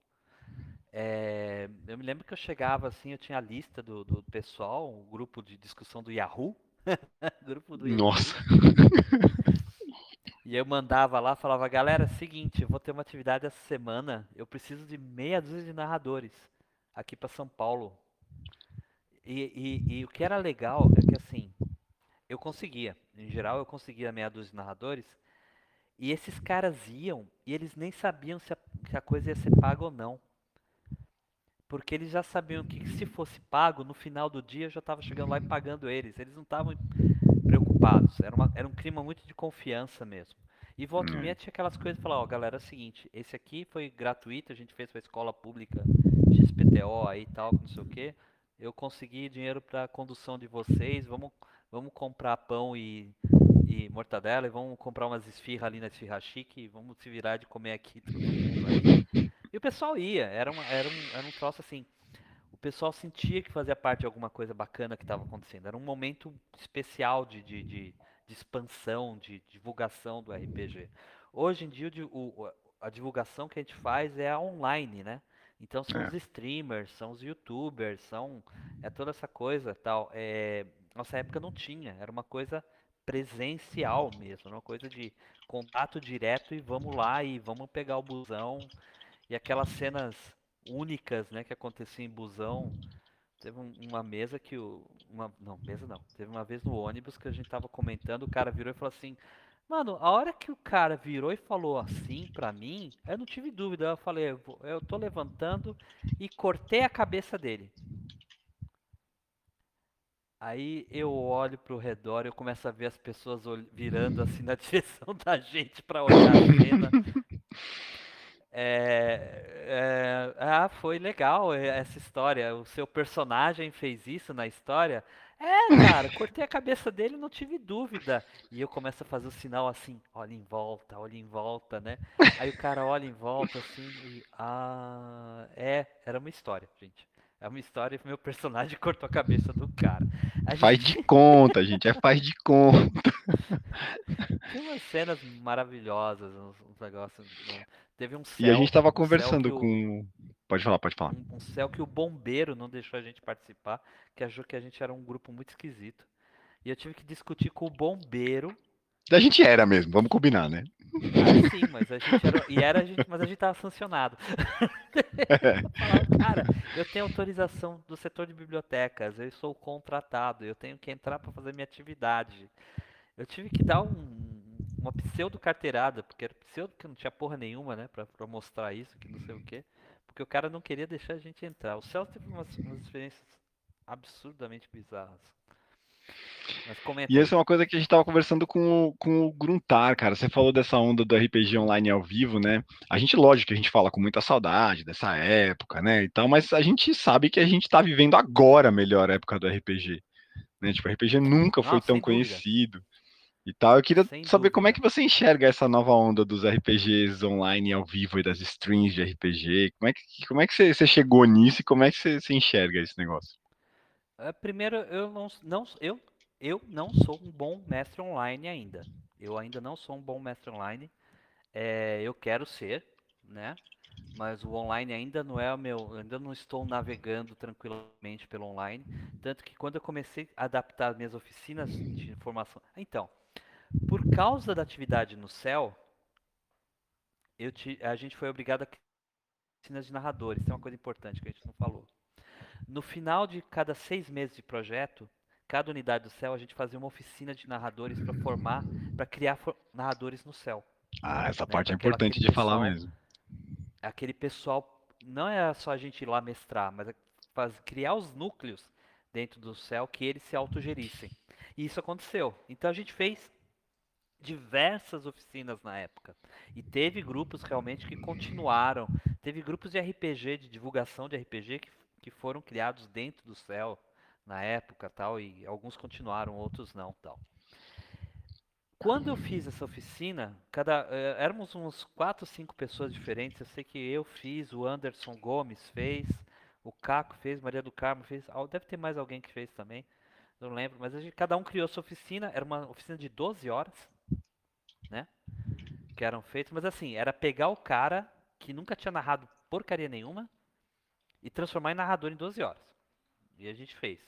Eu me lembro que eu chegava assim, eu tinha a lista do pessoal, um grupo de discussão do Yahoo, grupo do Nossa. Yahoo, e eu mandava lá, falava, galera, seguinte, eu vou ter uma atividade essa semana, eu preciso de meia dúzia de narradores aqui para São Paulo. E o que era legal é que assim, eu conseguia, em geral eu conseguia meia dúzia de narradores, e esses caras iam e eles nem sabiam se a coisa ia ser paga ou não. Porque eles já sabiam que se fosse pago, no final do dia eu já estava chegando lá e pagando eles. Eles não estavam preocupados. Era um clima muito de confiança mesmo. E volta e meia tinha aquelas coisas de falar, ó, galera, é o seguinte, esse aqui foi gratuito, a gente fez para a escola pública XPTO aí e tal, não sei o quê. Eu consegui dinheiro para a condução de vocês, vamos comprar pão e mortadela e vamos comprar umas esfirras ali na esfirra chique e vamos se virar de comer aqui todo mundo aí. E o pessoal ia, era um troço assim, o pessoal sentia que fazia parte de alguma coisa bacana que estava acontecendo. Era um momento especial de expansão, de divulgação do RPG. Hoje em dia, a divulgação que a gente faz é a online, né? Então são os É. streamers, são os youtubers, é toda essa coisa tal. Nossa época não tinha, era uma coisa presencial mesmo, era uma coisa de contato direto e vamos lá e vamos pegar o busão e aquelas cenas únicas, né, que aconteciam em busão. Teve uma mesa que não, mesa não. Teve uma vez no ônibus que a gente tava comentando, o cara virou e falou assim: "Mano, a hora que o cara virou e falou assim pra mim, eu não tive dúvida. Eu falei, eu tô levantando e cortei a cabeça dele. Aí eu olho pro redor e eu começo a ver as pessoas virando assim na direção da gente pra olhar a cena. Foi legal essa história. O seu personagem fez isso na história? É, cara, cortei a cabeça dele, não tive dúvida. E eu começo a fazer o sinal assim, olha em volta, né? Aí o cara olha em volta assim e. Era uma história, gente. É uma história e meu personagem cortou a cabeça do cara. A Faz de gente conta, gente, faz de conta. tinha umas cenas maravilhosas, uns negócios. Teve E a gente tava um céu que conversando com. Pode falar, pode falar. um céu que o bombeiro não deixou a gente participar, que achou que a gente era um grupo muito esquisito. E eu tive que discutir com o bombeiro. A gente era mesmo, vamos combinar, né? Ah, sim, mas a gente era. E era a gente, mas a gente tava sancionado. Eu falava, cara, eu tenho autorização do setor de bibliotecas, eu sou contratado, eu tenho que entrar para fazer minha atividade. Eu tive que dar uma pseudo carteirada, porque era pseudo que não tinha porra nenhuma, né, pra mostrar isso, que não sei o quê. Porque o cara não queria deixar a gente entrar. O Celso teve umas experiências absurdamente bizarras. Mas E comenta aí. essa é uma coisa que a gente estava conversando com o Gruntar, cara. Você falou dessa onda do RPG online ao vivo, né? A gente, lógico, que a gente fala com muita saudade dessa época, né? E tal, mas a gente sabe que a gente está vivendo agora a melhor época do RPG, né? Tipo, o RPG nunca foi Não, tão sem dúvida. conhecido e tal. Eu queria Sem saber como é dúvida. que você enxerga essa nova onda dos RPGs online ao vivo e das streams de RPG. Como é que você chegou nisso e como é que você enxerga esse negócio? Primeiro, eu não sou um bom mestre online ainda. Eu ainda não sou um bom mestre online. Eu quero ser, né? Mas o online ainda não é o meu. Ainda não estou navegando tranquilamente pelo online. Tanto que quando eu comecei a adaptar minhas oficinas de informação. Então, por causa da atividade no céu, a gente foi obrigado a criar oficinas de narradores. Tem uma coisa importante que a gente não falou. No final de cada 6 meses de projeto, cada unidade do céu, a gente fazia uma oficina de narradores para formar, para criar narradores no céu, Ah, essa né? parte Para é importante de falar mesmo. aquele pessoal, não é só a gente ir lá mestrar, mas criar os núcleos dentro do céu que eles se autogerissem. E isso aconteceu. Então a gente fez diversas oficinas na época. E teve grupos realmente que continuaram. Teve grupos de RPG, de divulgação de RPG, que foram criados dentro do céu na época tal. E alguns continuaram, outros não tal. Quando eu fiz essa oficina, éramos uns 4, 5 pessoas diferentes. Eu sei que eu fiz, o Anderson Gomes fez, o Caco fez, Maria do Carmo fez. Deve ter mais alguém que fez também, não lembro. Mas cada um criou sua oficina. Era uma oficina de 12 horas, né? Que eram feitos, mas assim, era pegar o cara que nunca tinha narrado porcaria nenhuma e transformar em narrador em 12 horas. E a gente fez.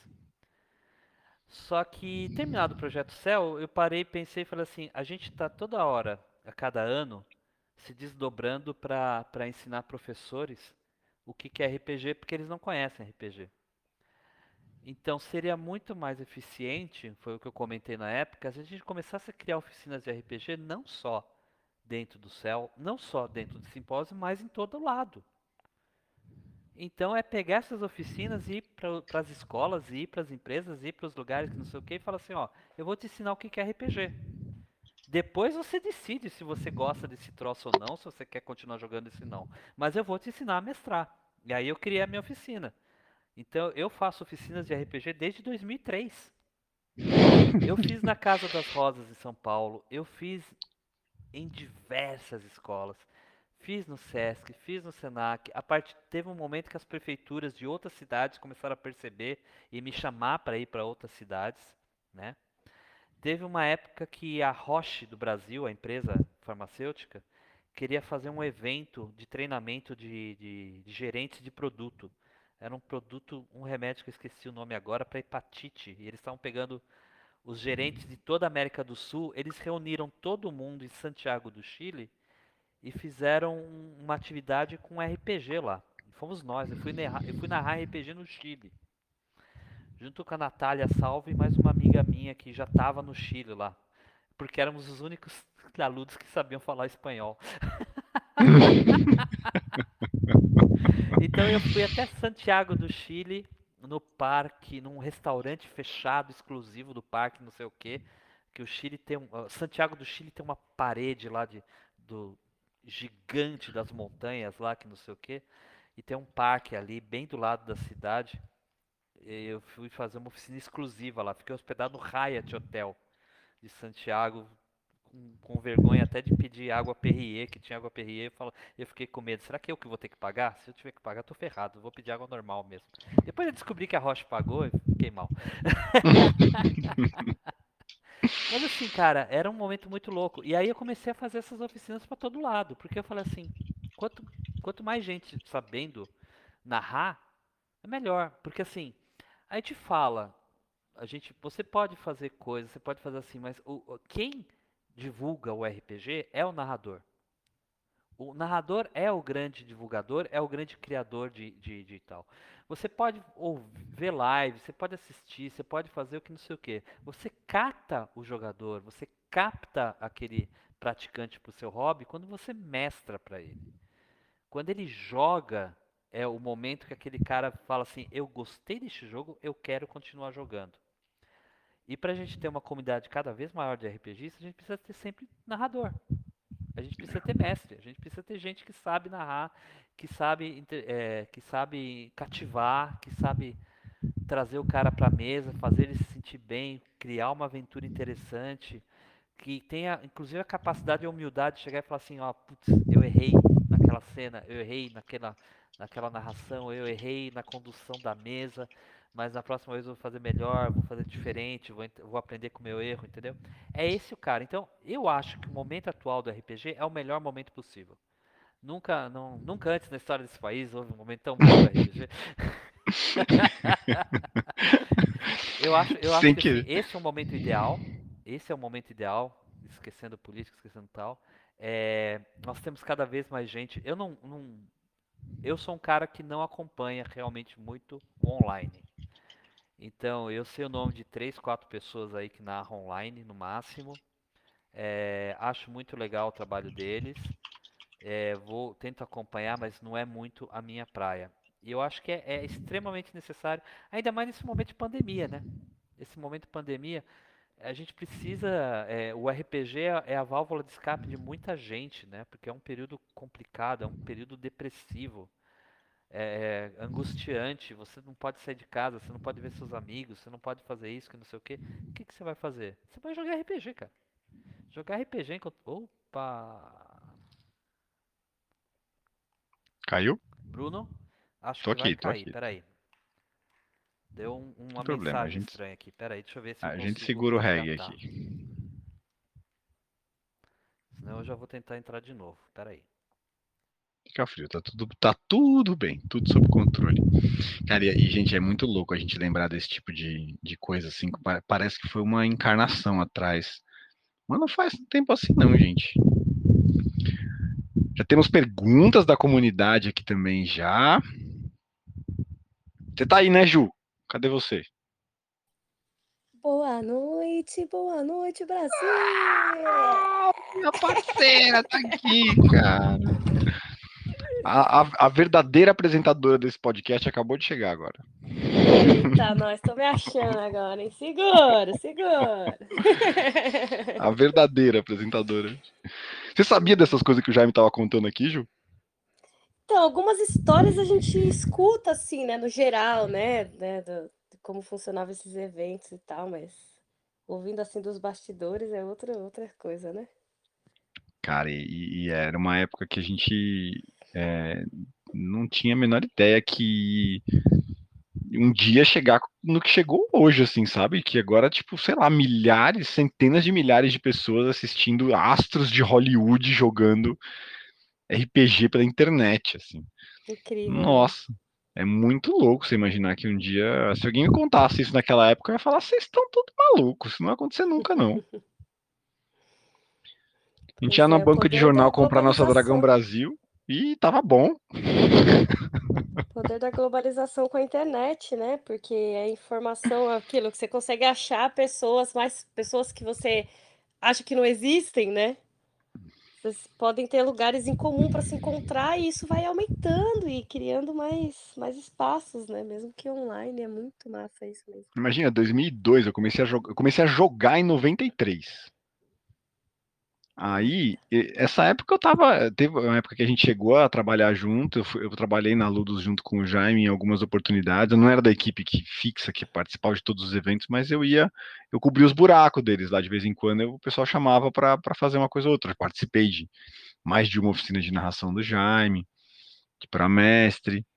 Só que, terminado o projeto Cell, eu parei, pensei e falei assim: a gente está toda hora, a cada ano, se desdobrando para ensinar professores o que que é RPG, porque eles não conhecem RPG. Então seria muito mais eficiente, foi o que eu comentei na época, se a gente começasse a criar oficinas de RPG não só dentro do céu, não só dentro do simpósio, mas em todo lado. Então é pegar essas oficinas e ir para as escolas, ir para as empresas, ir para os lugares que não sei o que e falar assim, ó, eu vou te ensinar o que é RPG. Depois você decide se você gosta desse troço ou não, se você quer continuar jogando esse não. Mas eu vou te ensinar a mestrar. E aí eu criei a minha oficina. Então eu faço oficinas de RPG desde 2003. Eu fiz na Casa das Rosas em São Paulo, eu fiz em diversas escolas. Fiz no SESC, fiz no SENAC. Teve um momento que as prefeituras de outras cidades começaram a perceber e me chamar para ir para outras cidades, né? Teve uma época que a Roche do Brasil, a empresa farmacêutica, queria fazer um evento de treinamento de gerentes de produto. Era um produto, um remédio que eu esqueci o nome agora, para hepatite. E eles estavam pegando os gerentes de toda a América do Sul, eles reuniram todo mundo em Santiago do Chile e fizeram uma atividade com RPG lá. Fomos nós, eu fui narrar RPG no Chile, junto com a Natália Salve e mais uma amiga minha que já estava no Chile lá, porque éramos os únicos alunos que sabiam falar espanhol. Então eu fui até Santiago do Chile, no parque, num restaurante fechado, exclusivo do parque, não sei o quê, que o Chile tem Santiago do Chile tem uma parede lá do gigante das montanhas lá, que não sei o quê, e tem um parque ali bem do lado da cidade. E eu fui fazer uma oficina exclusiva lá, fiquei hospedado no Hyatt Hotel de Santiago, com vergonha até de pedir água Perrier, que tinha água Perrier, eu fiquei com medo, será que eu que vou ter que pagar? Se eu tiver que pagar, tô ferrado, vou pedir água normal mesmo. Depois eu descobri que a Roche pagou, e fiquei mal. Mas assim, cara, era um momento muito louco. E aí eu comecei a fazer essas oficinas pra todo lado, porque eu falei assim, quanto, quanto mais gente sabendo narrar, é melhor. Porque assim, a gente fala, você pode fazer coisas, você pode fazer assim, mas quem divulga o RPG é o narrador. O narrador é o grande divulgador, é o grande criador de tal. Você pode ver live, você pode assistir, você pode fazer o que não sei o que. Você capta o jogador, você capta aquele praticante para o seu hobby quando você mestra para ele. Quando ele joga, é o momento que aquele cara fala assim: eu gostei deste jogo, eu quero continuar jogando. E para a gente ter uma comunidade cada vez maior de RPGs, a gente precisa ter sempre narrador. A gente precisa ter mestre, a gente precisa ter gente que sabe narrar, que sabe cativar, que sabe trazer o cara para a mesa, fazer ele se sentir bem, criar uma aventura interessante, que tenha inclusive a capacidade e a humildade de chegar e falar assim, ó, putz, eu errei naquela cena, eu errei naquela narração, eu errei na condução da mesa, mas na próxima vez eu vou fazer melhor, vou fazer diferente, vou aprender com o meu erro, entendeu? É esse o cara. Então, eu acho que o momento atual do RPG é o melhor momento possível. Nunca antes na história desse país houve um momento tão bom do RPG. Eu acho Sem que assim, querer. esse é o momento ideal. Esse é o momento ideal, esquecendo política, esquecendo tal. Nós temos cada vez mais gente. Eu sou um cara que não acompanha realmente muito o online. Então, eu sei o nome de 3, 4 pessoas aí que narram online, no máximo. Acho muito legal o trabalho deles. Tento acompanhar, mas não é muito a minha praia. E eu acho que é extremamente necessário, ainda mais nesse momento de pandemia, né? Esse momento de pandemia, a gente precisa. O RPG é a válvula de escape de muita gente, né? Porque é um período complicado, é um período depressivo, angustiante. Você não pode sair de casa, você não pode ver seus amigos, você não pode fazer isso, que não sei o quê. O que que você vai fazer? Você vai jogar RPG, cara. Jogar RPG enquanto. Opa! Caiu? Bruno, acho Tô que vai aqui, tô cair. aqui. Peraí. Deu Não uma tem problema, mensagem estranha aqui. Peraí, deixa eu ver se eu a gente consigo segura o reggae resgatar. aqui. Senão eu já vou tentar entrar de novo. Peraí. Fica frio, tá tudo bem, tudo sob controle. Cara, gente, é muito louco a gente lembrar desse tipo de coisa, assim, que parece que foi uma encarnação atrás. Mas não faz tempo assim, não, gente. Já temos perguntas da comunidade aqui também já. Você tá aí, né, Ju? Cadê você? Boa noite, Brasil! Minha parceira tá aqui, cara. A verdadeira apresentadora desse podcast acabou de chegar agora. Eita, nós tô me achando agora, hein? Segura, segura. A verdadeira apresentadora. Você sabia dessas coisas que o Jaime tava contando aqui, Ju? Então, algumas histórias a gente escuta assim, né, no geral, né, de como funcionavam esses eventos e tal, mas ouvindo assim dos bastidores é outra coisa, né? Cara, e era uma época que a gente é, não tinha a menor ideia que um dia chegar no que chegou hoje, assim, sabe? Que agora, tipo, sei lá, milhares, centenas de milhares de pessoas assistindo astros de Hollywood jogando RPG pela internet, assim. Incrível, né? Nossa, é muito louco você imaginar que um dia, se alguém me contasse isso naquela época, eu ia falar, vocês estão todos malucos, isso não vai acontecer nunca, não. A gente ia Pois na é, o banca de poder jornal da comprar nossa Dragão globalização. Brasil e tava bom. Poder da globalização com a internet, né? Porque a informação é aquilo que você consegue achar pessoas, mais pessoas que você acha que não existem, né? Vocês podem ter lugares em comum para se encontrar e isso vai aumentando e criando mais espaços, né? Mesmo que online, é muito massa isso mesmo. Imagina, 2002, eu comecei a jogar em 93. Aí, essa época teve uma época que a gente chegou a trabalhar junto, eu trabalhei na Ludus junto com o Jaime em algumas oportunidades, eu não era da equipe que fixa, que participava de todos os eventos, mas eu cobria os buracos deles lá, de vez em quando o pessoal chamava para fazer uma coisa ou outra, eu participei de mais de uma oficina de narração do Jaime, para mestre,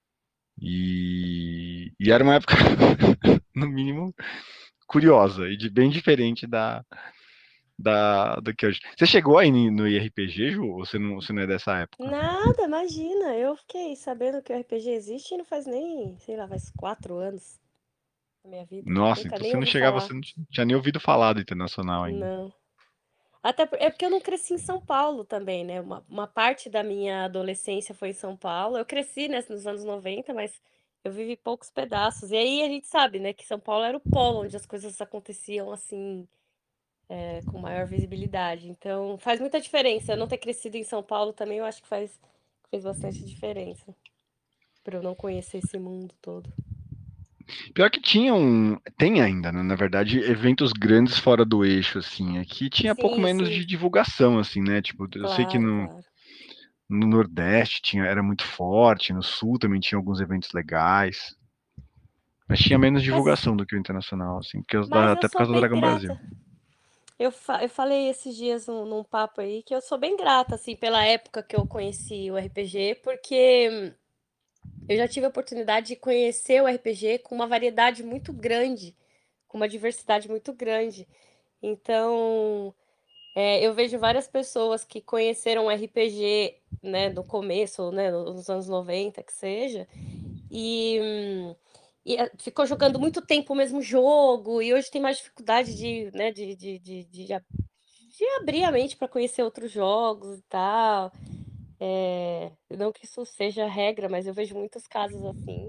e era uma época, no mínimo, curiosa e bem diferente do que hoje. Você chegou aí no IRPG, Ju? Ou você não é dessa época? Nada, imagina. Eu fiquei sabendo que o RPG existe e não faz nem, sei lá, faz 4 anos da minha vida. Nossa, Nunca então nem você não ouvi chegava, falar. você não tinha nem ouvido falar do Internacional ainda. Não. É porque eu não cresci em São Paulo também, né? Uma parte da minha adolescência foi em São Paulo. Eu cresci, né, nos anos 90, mas eu vivi poucos pedaços. E aí a gente sabe, né, que São Paulo era o polo onde as coisas aconteciam assim, com maior visibilidade. Então faz muita diferença. Eu não ter crescido em São Paulo também, eu acho que fez bastante diferença para eu não conhecer esse mundo todo. Pior que tem ainda, né, na verdade, eventos grandes fora do eixo, assim. Aqui tinha pouco Sim, menos sim, de divulgação, assim, né? Tipo, eu sei que claro, claro. no Nordeste era muito forte, no Sul também tinha alguns eventos legais, mas tinha menos Mas, divulgação do que o internacional, assim, mas eu até por sou causa do bem Dragon Brasil. grata. Eu falei esses dias num papo aí que eu sou bem grata, assim, pela época que eu conheci o RPG, porque eu já tive a oportunidade de conhecer o RPG com uma variedade muito grande, com uma diversidade muito grande. Então, eu vejo várias pessoas que conheceram o RPG, né, no começo, né, nos anos 90, que seja, e, ficou jogando muito tempo o mesmo jogo, e hoje tem mais dificuldade de, né, de abrir a mente para conhecer outros jogos e tal. Não que isso seja regra, mas eu vejo muitos casos assim.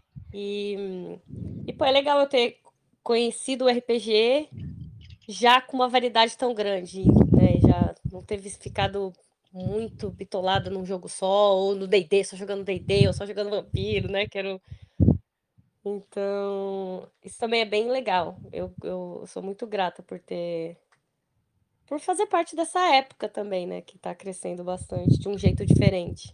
E pô, é legal eu ter conhecido o RPG já com uma variedade tão grande, né? E já não ter ficado muito bitolado num jogo só, ou no D&D, só jogando D&D, ou só jogando Vampiro, né? Então, isso também é bem legal. Eu sou muito grata por fazer parte dessa época também, né? Que tá crescendo bastante, de um jeito diferente.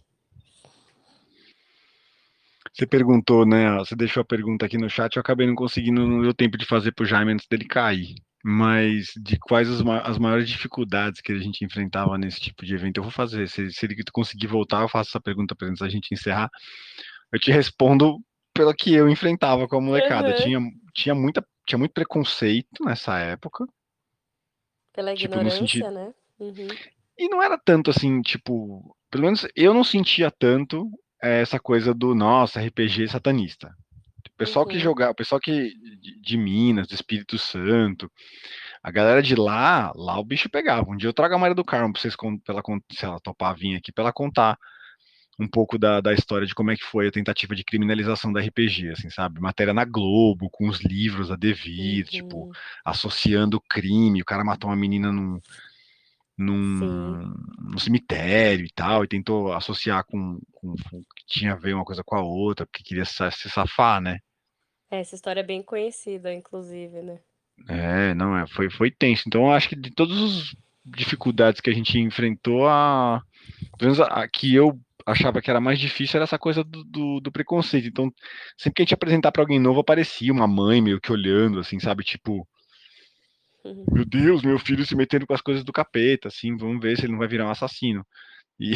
Você perguntou, né? Você deixou a pergunta aqui no chat, eu acabei não conseguindo, não deu tempo de fazer pro Jaime antes dele cair. Mas de quais as maiores dificuldades que a gente enfrentava nesse tipo de evento? Eu vou fazer. Se ele conseguir voltar, eu faço essa pergunta para antes da gente encerrar. Eu te respondo pelo que eu enfrentava com a molecada. Aham. Tinha muito preconceito nessa época, Pela tipo, no sentido. ignorância, né? Uhum, E não era tanto assim, tipo, pelo menos eu não sentia tanto essa coisa do nossa, RPG satanista. O pessoal que uhum, jogava, o pessoal que de Minas, do Espírito Santo, a galera de lá o bicho pegava. Um dia eu trago a Maria do Carmo pra vocês, se ela topar vir aqui, pra ela contar um pouco da história de como é que foi a tentativa de criminalização da RPG, assim, sabe? Matéria na Globo, com os livros a devir, tipo, uhum. associando o crime. O cara matou uma menina Sim. num cemitério e tal, e tentou associar com que tinha a ver uma coisa com a outra, porque queria se safar, né? Essa história é bem conhecida, inclusive, né? Não, foi tenso. Então, eu acho que de todas as dificuldades que a gente enfrentou, pelo menos a que eu achava que era mais difícil era essa coisa do preconceito. Então, sempre que a gente apresentar para alguém novo, aparecia uma mãe meio que olhando, assim, sabe? Tipo, Uhum. meu Deus, meu filho se metendo com as coisas do capeta, assim, vamos ver se ele não vai virar um assassino. E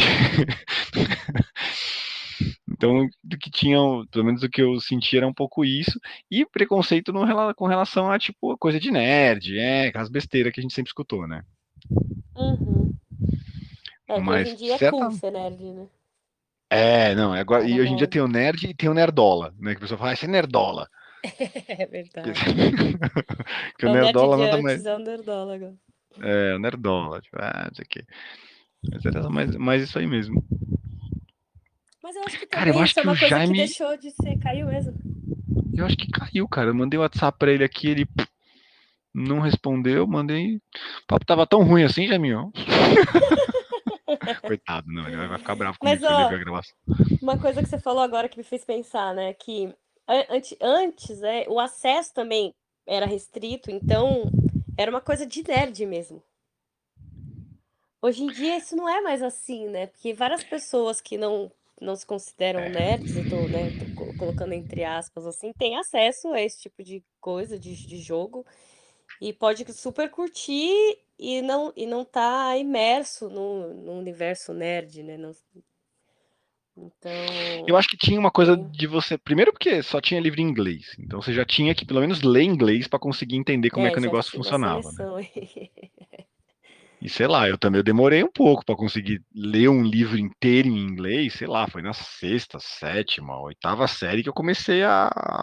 então, do que tinha, pelo menos do que eu senti era um pouco isso, e preconceito com relação a, tipo, coisa de nerd, aquelas besteiras que a gente sempre escutou, né? Uhum. É que hoje em Mas, dia é cool ser nerd, né? não, Tá e na hoje em dia tem moda. o nerd e tem o nerdola, né? Que a pessoa fala, isso é nerdola. É verdade. Que o É o nerd nerdola de nada mais. antes, é o nerdola agora. É, o nerdola, tipo, não sei o quê. Mas era mais isso aí mesmo. Mas eu acho que Cara, eu também acho isso é que o uma coisa que Jaime. deixou de ser, caiu mesmo. Eu acho que caiu, cara. Eu mandei o WhatsApp pra ele aqui, ele não respondeu, mandei. O papo tava tão ruim assim, Jaiminho. Coitado, não, ele vai ficar bravo comigo Mas, se ele ver ó, a gravação. uma coisa que você falou agora que me fez pensar, né? Que antes, o acesso também era restrito, então era uma coisa de nerd mesmo. Hoje em dia isso não é mais assim, né? Porque várias pessoas que não se consideram nerds, eu tô, né, colocando entre aspas assim, têm acesso a esse tipo de coisa, de jogo, e pode super curtir e não tá imerso no universo nerd, né? Eu Então, acho que tinha uma coisa tem, de você. Primeiro, porque só tinha livro em inglês. Então você já tinha que, pelo menos, ler inglês pra conseguir entender como é que o já negócio tinha uma funcionava, né? seleção aí. E sei lá, eu também demorei um pouco pra conseguir ler um livro inteiro em inglês, sei lá, foi na sexta, sétima, oitava série que eu comecei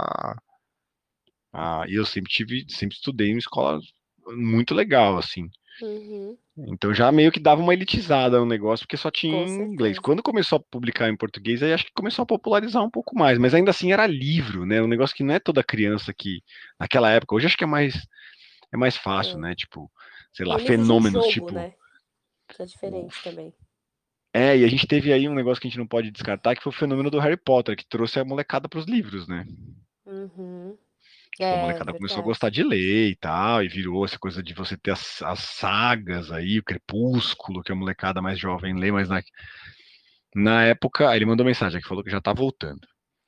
e eu sempre estudei em uma escola muito legal, assim. Uhum. Então já meio que dava uma elitizada no negócio, porque só tinha Com em inglês. certeza. Quando começou a publicar em português, aí acho que começou a popularizar um pouco mais, mas ainda assim era livro, né? Um negócio que não é toda criança que, naquela época, hoje acho que é mais fácil, É. né? Tipo, sei lá, Tem livro de fenômenos jogo, tipo. né? Que é diferente também. E a gente teve aí um negócio que a gente não pode descartar, que foi o fenômeno do Harry Potter, que trouxe a molecada para os livros, né? Uhum. Tipo, a É, molecada começou a gostar verdade. de ler e tal, e virou essa coisa de você ter as sagas aí, o Crepúsculo, que a molecada mais jovem lê, mas na época, aí ele mandou mensagem que falou que já tá voltando.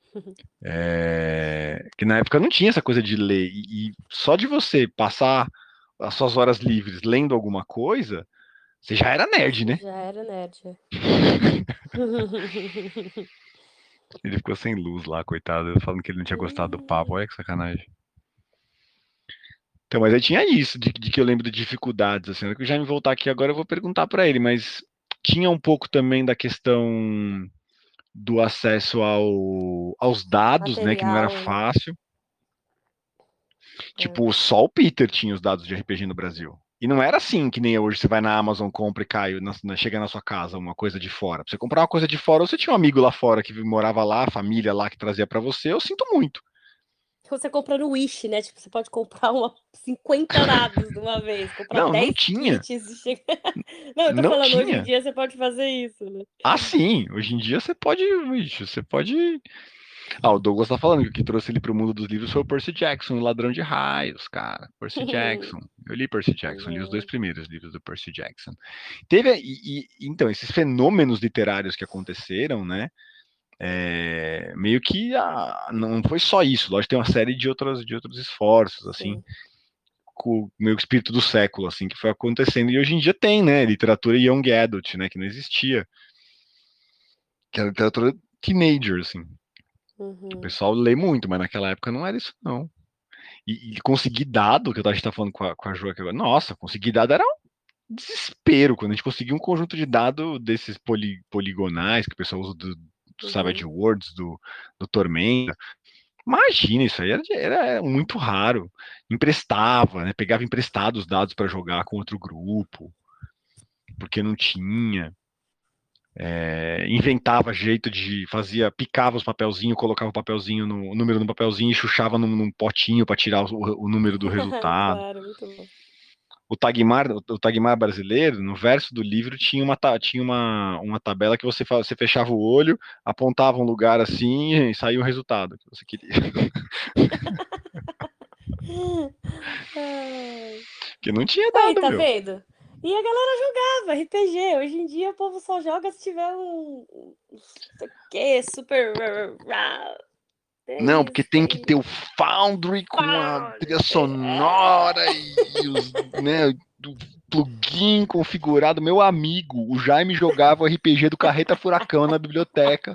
Que na época não tinha essa coisa de ler, e só de você passar as suas horas livres lendo alguma coisa, você já era nerd, Você né? já era nerd. É. Ele ficou sem luz lá, coitado, falando que ele não tinha gostado do papo, olha que sacanagem. Então, mas aí tinha isso, de que eu lembro de dificuldades, assim, na hora que eu já me voltar aqui agora eu vou perguntar para ele, mas tinha um pouco também da questão do acesso aos dados, né, que não era Material, né? fácil. É. Tipo, só o Peter tinha os dados de RPG no Brasil. E não era assim que nem hoje, você vai na Amazon, compra e cai, chega na sua casa uma coisa de fora. Pra você comprar uma coisa de fora, ou você tinha um amigo lá fora que morava lá, família lá que trazia para você, eu sinto muito. Você compra no Wish, né? Tipo, você pode comprar 50 dados de uma vez, comprar Não, não 10 tinha. kits e chega. Não, eu tô Não falando, hoje em tinha. dia você pode fazer isso, né? Ah, sim, hoje em dia você pode, bicho, você pode. O Douglas tá falando que o que trouxe ele pro mundo dos livros foi o Percy Jackson, o Ladrão de Raios, cara. Percy Jackson. Eu li Percy Jackson, li os dois É. primeiros livros do Percy Jackson. Então, esses fenômenos literários que aconteceram, né? Meio que não foi só isso, lógico, tem uma série de outros esforços, assim, Sim. com o meu espírito do século, assim, que foi acontecendo. E hoje em dia tem, né? Literatura young adult, né? Que não existia. Que era literatura teenager, assim. Que o Uhum. pessoal lê muito, mas naquela época não era isso, não. E conseguir dado, que a gente tá falando com a Jo aqui agora, nossa, conseguir dado era um desespero quando a gente conseguia um conjunto de dados desses poligonais que o pessoal usa do Savage Uhum. Worlds, do Tormenta. Imagina, isso aí era muito raro. Emprestava, né? Pegava emprestados dados para jogar com outro grupo, porque não tinha. Inventava jeito picava os papelzinhos, colocava o papelzinho o número no papelzinho e chuchava num potinho para tirar o número do resultado. Claro, muito bom. O Tagmar brasileiro, no verso do livro, tinha uma tabela que você fechava o olho, apontava um lugar assim e saía o resultado que você queria. Ai. Que não tinha Aí, dado, tá meu. vendo? E a galera jogava RPG. Hoje em dia o povo só joga se tiver não sei o que, super. É Não, porque isso tem que ter aí. o Foundry com a trilha É. sonora e os, né, o plugin configurado. Meu amigo, o Jaime jogava o RPG do Carreta Furacão na biblioteca.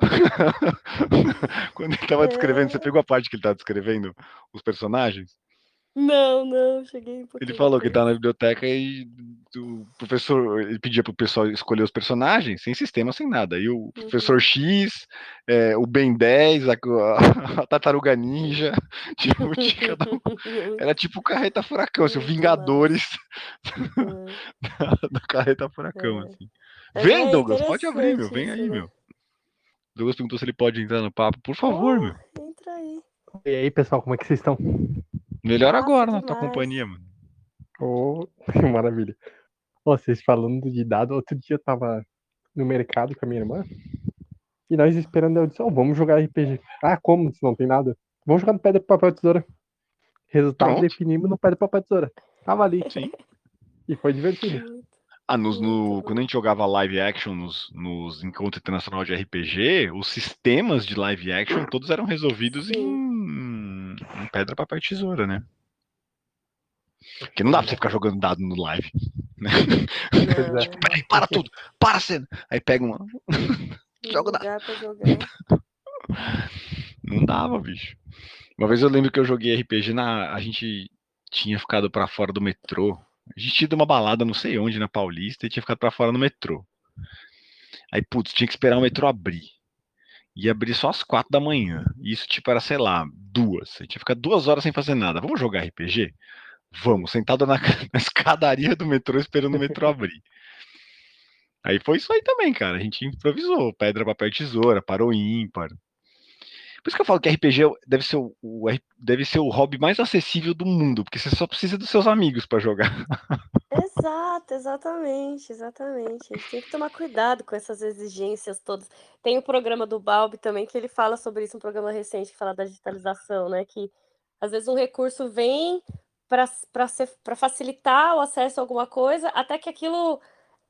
Quando ele estava descrevendo, você É. pegou a parte que ele estava descrevendo os personagens? Não, não, cheguei um Ele pouquinho falou que depois. estava na biblioteca e o professor, ele pedia pro pessoal escolher os personagens, sem sistema, sem nada. E o professor Uhum. X, o Ben 10, a Tartaruga Ninja, tipo, era tipo o Carreta Furacão, assim, o Muito Vingadores massa. É, da Carreta Furacão, é. assim. Mas Vem, é Douglas, pode abrir, meu, interessante vem isso, aí, né? meu. O Douglas perguntou se ele pode entrar no papo. Por favor, Oh, meu. entra aí. E aí, pessoal, como é que vocês estão? Melhor Massa agora na tua demais. companhia, mano. Oh, maravilha. Ó, vocês falando de dado, outro dia eu tava no mercado com a minha irmã e nós esperando, eu disse, vamos jogar RPG. Ah, como? Se não tem nada? Vamos jogar no pedra, papel, tesoura. Resultado Pronto, definimos no pedra, papel, tesoura. Tava ali. sim. E foi divertido. Muito, muito Quando a bom. gente jogava live action nos encontros internacionais de RPG, os sistemas de live action todos eram resolvidos Sim. em pedra, papel e tesoura, né? Porque não dá pra você Pois ficar jogando dado no live. Né? é. Não. Peraí, para tudo! Para a cena! Aí pega uma. Um Joga o dado. lugar pra jogar. Não dava, bicho. Uma vez eu lembro que eu joguei RPG A gente tinha ficado pra fora do metrô. A gente tinha ido uma balada, não sei onde, na Paulista, e tinha ficado pra fora no metrô. Aí, putz, tinha que esperar o metrô abrir. Ia abrir só às 4 da manhã. E isso, tipo, era, sei lá, 2. A gente ia ficar 2 horas sem fazer nada. Vamos jogar RPG? Vamos, sentado na escadaria do metrô esperando o metrô abrir. Aí foi isso aí também, cara. A gente improvisou. Pedra, papel, tesoura, parou ímpar. Por isso que eu falo que RPG deve ser o hobby mais acessível do mundo, porque você só precisa dos seus amigos pra jogar. Exato, exatamente, exatamente. A gente tem que tomar cuidado com essas exigências todas. Tem o programa do Balbi também que ele fala sobre isso, um programa recente que fala da digitalização, né? Que às vezes um recurso vem para facilitar o acesso a alguma coisa, até que aquilo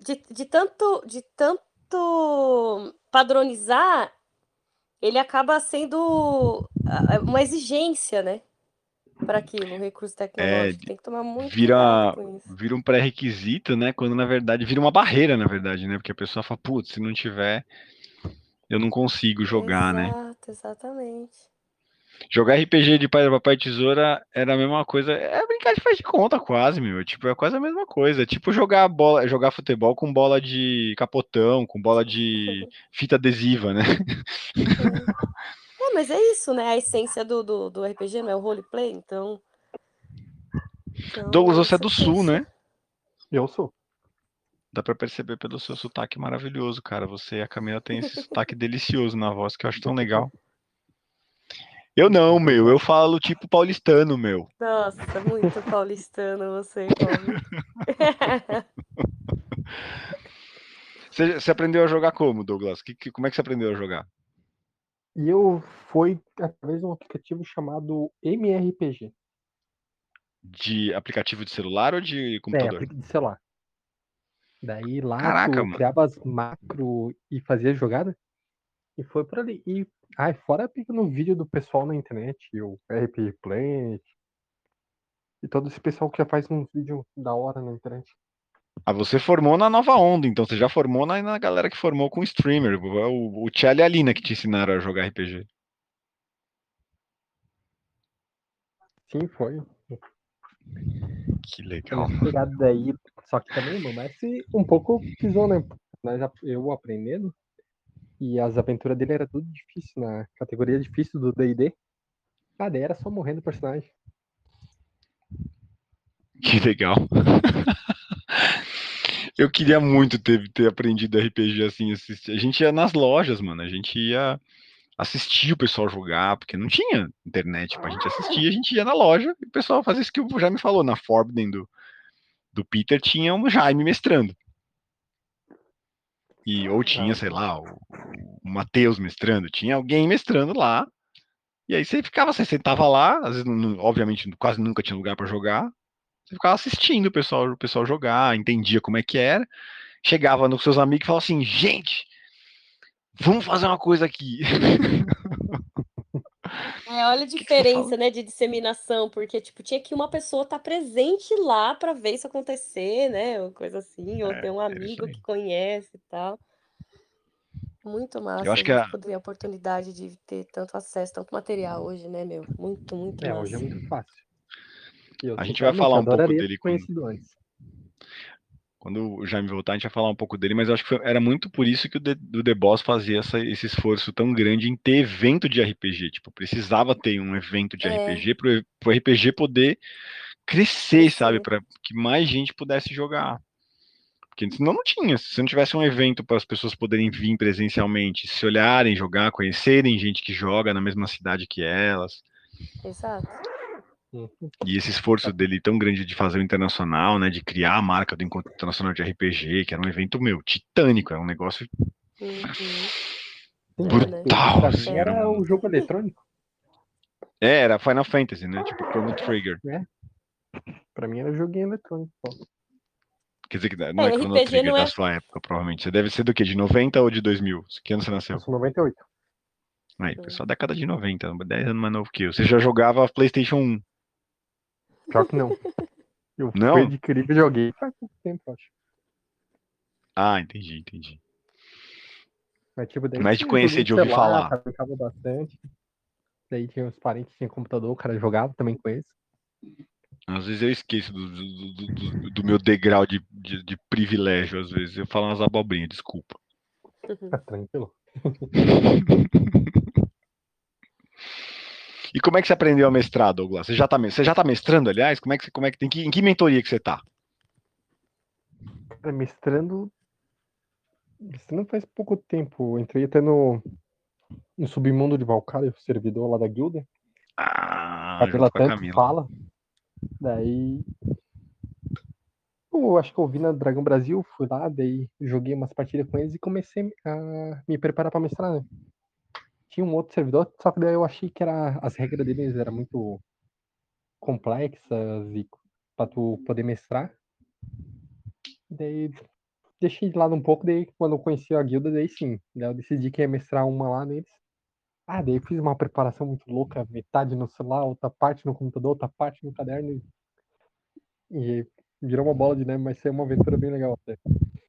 de tanto padronizar, ele acaba sendo uma exigência, né? Para aquilo, um recurso É, tecnológico. Tem que tomar muito cuidado vira, com isso. vira um pré-requisito, né? Quando na verdade vira uma barreira, na verdade, né? Porque a pessoa fala, putz, se não tiver, eu não consigo jogar, né? Exato, exatamente. Jogar RPG de Pedra, Papel e Tesoura era a mesma coisa. É brincar de faz de conta, quase, meu. Tipo, é quase a mesma coisa. É tipo jogar bola, jogar futebol com bola de capotão, com bola de fita adesiva, né? Mas é isso, né? A essência do RPG não é o roleplay, então. Douglas, Então você é você do sul, pensa. né? Eu sou. Dá pra perceber pelo seu sotaque maravilhoso, cara. Você e a Camila têm esse sotaque delicioso na voz que eu acho tão legal. Eu não, meu. Eu falo tipo paulistano, meu. Nossa, muito paulistano você, Rob. Você aprendeu a jogar como, Douglas? Como é que você aprendeu a jogar? E eu foi através de um aplicativo chamado MRPG. De aplicativo de celular ou de É, computador? de celular. Daí lá Caraca, tu mano. criava as macro e fazia jogada. E foi por ali. E fora pica no vídeo do pessoal na internet, o RPG Planet, e todo esse pessoal que já faz uns vídeos da hora na internet. Ah, você formou na nova onda, então você já formou na galera que formou com streamer. O Tchelle e a Lina que te ensinaram a jogar RPG. Sim, foi. Que Foi legal. nessa pegada daí. Só que também, meu mestre um pouco pisou, né? Eu aprendendo. E as aventuras dele era tudo difícil, na categoria difícil do D&D. Daí era só morrendo o personagem. Que legal. Eu queria muito ter aprendido RPG assim, assistir. A gente ia nas lojas, mano. A gente ia assistir o pessoal jogar, porque não tinha internet pra gente assistir. A gente ia na loja e o pessoal fazia isso que o Jaime falou. Na Forbidden do Peter tinha um Jaime mestrando. Ou tinha, sei lá, o Matheus mestrando. Tinha alguém mestrando lá. E aí você sentava lá, às vezes, obviamente, quase nunca tinha lugar pra jogar. Você ficava assistindo o pessoal jogar, entendia como é que era. Chegava nos seus amigos e falava assim, gente, vamos fazer uma coisa aqui. Olha a O que que você fala? diferença, né, de disseminação, porque, tipo, tinha que uma pessoa estar presente lá para ver isso acontecer, né, ou coisa assim, ou ter um É isso amigo aí. que conhece e tal. Muito Eu massa acho a que gente poder a oportunidade de ter tanto acesso, tanto material hoje, né, meu? Muito, muito Hoje é massa. muito fácil. E eu, a gente vai sinceramente, falar um pouco adoraria ter dele conhecido antes. quando o Jaime voltar, a gente vai falar um pouco dele, mas eu acho que era muito por isso que o The Boss fazia esse esforço tão grande em ter evento de RPG. Tipo, precisava ter um evento de É, RPG pro RPG poder crescer, sabe? crescer. Para que mais gente pudesse jogar. Porque senão não tinha. Se não tivesse um evento para as pessoas poderem vir presencialmente, se olharem, jogar, conhecerem gente que joga na mesma cidade que elas. Exato. Uhum. E esse esforço dele tão grande de fazer o internacional, né, de criar a marca do Encontro Internacional de RPG, que era um evento meu, titânico, era um negócio Uhum. Sim, É, né? brutal, pra mim assim, era era o jogo eletrônico. era Final Fantasy, né, tipo Chrono Trigger. Né? Pra mim era joguinho eletrônico. Só. Quer dizer que não é Chrono RPG Trigger não da é. sua época, provavelmente. Você deve ser do quê? De 90 ou de 2000? Que ano você Eu nasceu? sou 98. Aí, pessoal, década de 90, 10 anos mais novo que eu. Você já jogava PlayStation 1? Pior que não. Eu fui Não? adquirir e joguei faz pouco tempo, acho. Ah, entendi. Mas tipo, daí Mas de eu joguei conhecer, no de ouvir celular, falar. tá, brincava bastante. Daí tinha uns parentes que tinham computador, o cara jogava, também conheço. Às vezes eu esqueço do meu degrau de privilégio, às vezes. Eu falo umas abobrinhas, desculpa. Tá tranquilo. E como é que você aprendeu a mestrar, Douglas? Você já tá mestrando, aliás? Em que mentoria que você tá? Cara, mestrando faz pouco tempo. Eu entrei até no submundo de Valkyrie, o servidor lá da guilda. Ah, Camila junto com a tanto Camila. fala. Daí, eu acho que eu vi na Dragão Brasil, fui lá, daí joguei umas partidas com eles e comecei a me preparar pra mestrar, né? Tinha um outro servidor, só que daí eu achei que as regras deles eram muito complexas e pra tu poder mestrar. Daí deixei de lado um pouco, daí quando eu conheci a guilda, daí sim. Daí eu decidi que ia mestrar uma lá neles. Ah, daí eu fiz uma preparação muito louca, metade no celular, outra parte no computador, outra parte no caderno, e virou uma bola de neve, mas foi uma aventura bem legal até.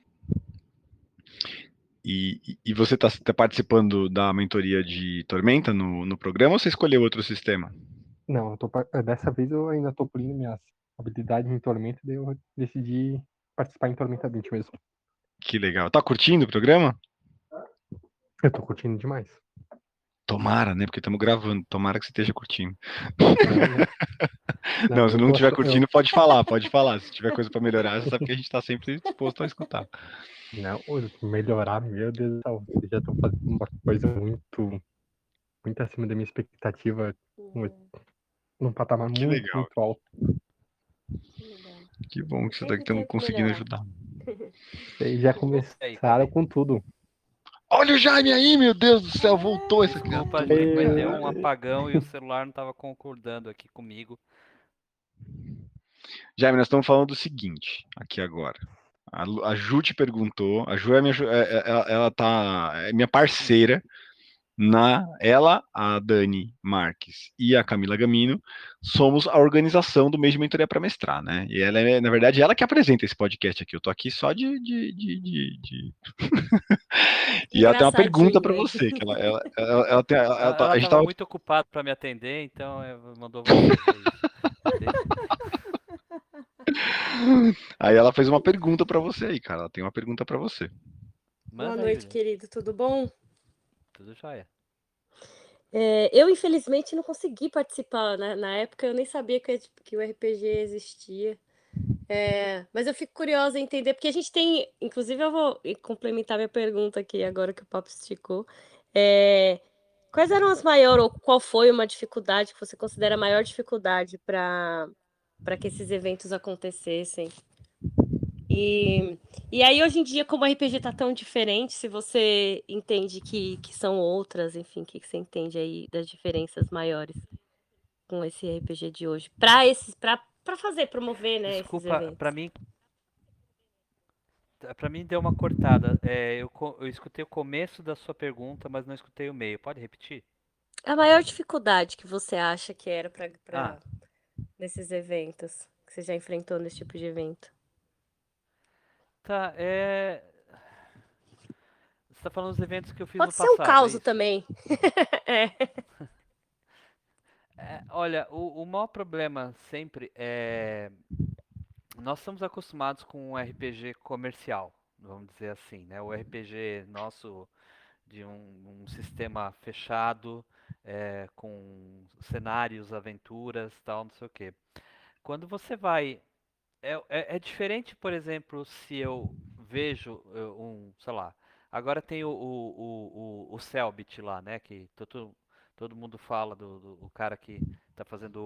E você tá participando da mentoria de Tormenta no programa ou você escolheu outro sistema? Não, dessa vez eu ainda tô polindo minhas habilidades em Tormenta, daí eu decidi participar em Tormenta 20 mesmo. Que legal. Tá curtindo o programa? Eu tô curtindo demais. Tomara, né? Porque estamos gravando. Tomara que você esteja curtindo. Não, não. Não, Não, se eu não tô estiver achando. curtindo, pode falar, pode falar. Se tiver coisa para melhorar, você sabe que a gente está sempre disposto a escutar. Não, melhorar, meu Deus do céu. Vocês já estão fazendo uma coisa muito acima da minha expectativa, num patamar Que muito, legal. muito alto. Legal. Que bom que vocês Sempre estão tento conseguindo melhorar. ajudar. Vocês já Aí, começaram calma com tudo. Olha o Jaime aí, meu Deus do céu, voltou essa Desculpa, criatura, gente, mas deu cara. um apagão e o celular não estava concordando aqui comigo. Jaime, nós estamos falando do seguinte, aqui agora. A Ju te perguntou, a Ju é minha, é minha parceira ela, a Dani Marques e a Camila Gamino somos a organização do mês de mentoria para mestrar, né? E ela é, na verdade, ela que apresenta esse podcast aqui. Eu tô aqui só E ela tem uma pergunta para Engraçadinho ele. você, que ela tem, Ela a gente estava tava. muito ocupada para me atender, então mandou você. É isso. Entendi. Aí ela fez uma pergunta para você aí, cara. Ela tem uma pergunta para você. Boa Manda aí, noite, Juliana. querido. Tudo bom? Tudo jóia. Eu, infelizmente, não consegui participar. Na época, eu nem sabia que o RPG existia. Mas eu fico curiosa em entender, porque a gente tem. Inclusive, eu vou complementar minha pergunta aqui, agora que o papo esticou. Quais eram as maiores, ou qual foi uma dificuldade que você considera a maior dificuldade para que esses eventos acontecessem? E aí, hoje em dia, como o RPG tá tão diferente, se você entende que são outras, enfim, o que você entende aí das diferenças maiores com esse RPG de hoje? Para fazer, promover, né, esses Desculpa, eventos. para mim deu uma cortada. Eu escutei o começo da sua pergunta, mas não escutei o meio. Pode repetir? A maior dificuldade que você acha que era para Ah, nesses eventos, que você já enfrentou nesse tipo de evento? tá. Você tá falando dos eventos que eu fiz no Pode ser um passado, é caos isso? também. É. Olha, o maior problema sempre é. Nós estamos acostumados com um RPG comercial, vamos dizer assim, né? O RPG nosso de um sistema fechado, com cenários, aventuras, tal, não sei o quê. Quando você vai. É diferente, por exemplo, se eu vejo sei lá, agora tem o Cellbit lá, né? Que todo mundo fala do cara que tá fazendo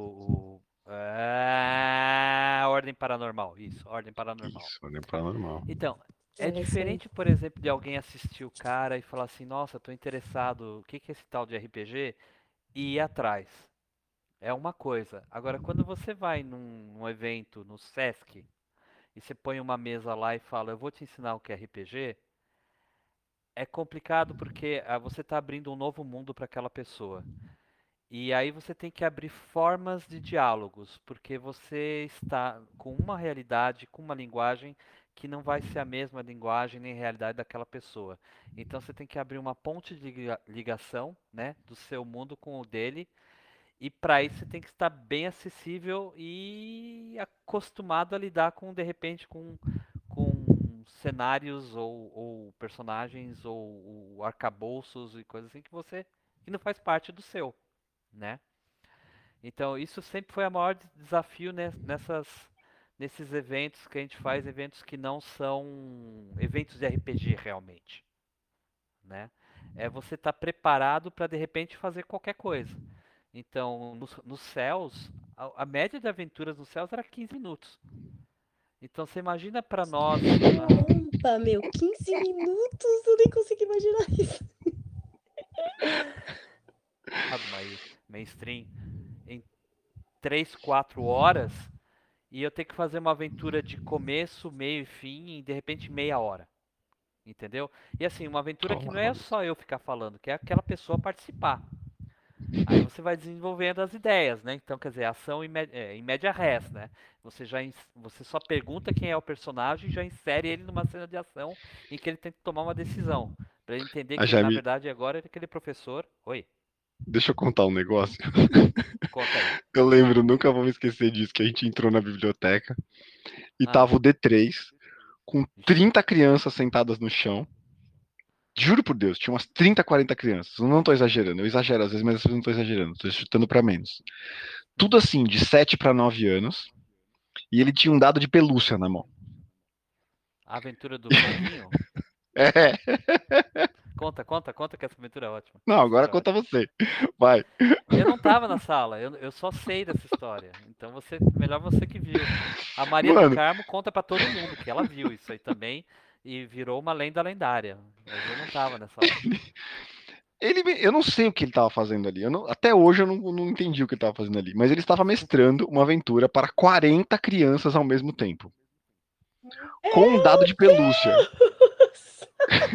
Ordem Paranormal, isso, Ordem Paranormal. Isso, olha para normal. Então, é É isso aí. diferente, por exemplo, de alguém assistir o cara e falar assim, nossa, tô interessado, o que que é esse tal de RPG? E ir atrás. É uma coisa. Agora, quando você vai num evento, no Sesc, e você põe uma mesa lá e fala, eu vou te ensinar o que é RPG, é complicado porque você está abrindo um novo mundo para aquela pessoa. E aí você tem que abrir formas de diálogos, porque você está com uma realidade, com uma linguagem que não vai ser a mesma linguagem nem realidade daquela pessoa. Então você tem que abrir uma ponte de ligação, né, do seu mundo com o dele. E para isso você tem que estar bem acessível e acostumado a lidar com, de repente, com cenários ou personagens ou arcabouços e coisas assim que não faz parte do seu, né? Então, isso sempre foi o maior desafio nesses eventos que a gente faz, eventos que não são eventos de RPG realmente, né? É você estar preparado para de repente fazer qualquer coisa. Então, nos céus, a média de aventuras nos céus era 15 minutos. Então, você imagina para nós, Caramba, meu, 15 minutos? Eu nem consigo imaginar isso. mainstream, em 3, 4 horas, e eu tenho que fazer uma aventura de começo, meio e fim, em de repente meia hora. Entendeu? E assim, uma aventura que não é só eu ficar falando, que é aquela pessoa participar. Aí você vai desenvolvendo as ideias, né? Então, quer dizer, ação em média res, né? Você só pergunta quem é o personagem e já insere ele numa cena de ação em que ele tem que tomar uma decisão. Pra ele entender A que ele, na Jaime, verdade, agora é aquele professor. Oi, deixa eu contar um negócio. conta aí. Eu lembro, nunca vou me esquecer disso, que a gente entrou na biblioteca e Ah, tava o D3 com ixi, 30 crianças sentadas no chão. Juro por Deus, tinha umas 30, 40 crianças. Eu não tô exagerando, eu exagero às vezes, mas às vezes não tô exagerando, tô chutando pra menos. Tudo assim, de 7 para 9 anos, e ele tinha um dado de pelúcia na mão. a aventura do franguinho? É, Conta que essa aventura é ótima. não, Essa agora história é conta ótima. você. Vai. Eu não tava na sala, eu só sei dessa história. Então melhor você que viu. A Maria do Mano, Carmo conta pra todo mundo que ela viu isso aí também e virou uma lenda lendária. Mas eu não tava nessa hora. eu não sei o que ele estava fazendo ali. Até hoje eu não entendi o que ele estava fazendo ali. Mas ele estava mestrando uma aventura para 40 crianças ao mesmo tempo. Com um dado de pelúcia. Deus!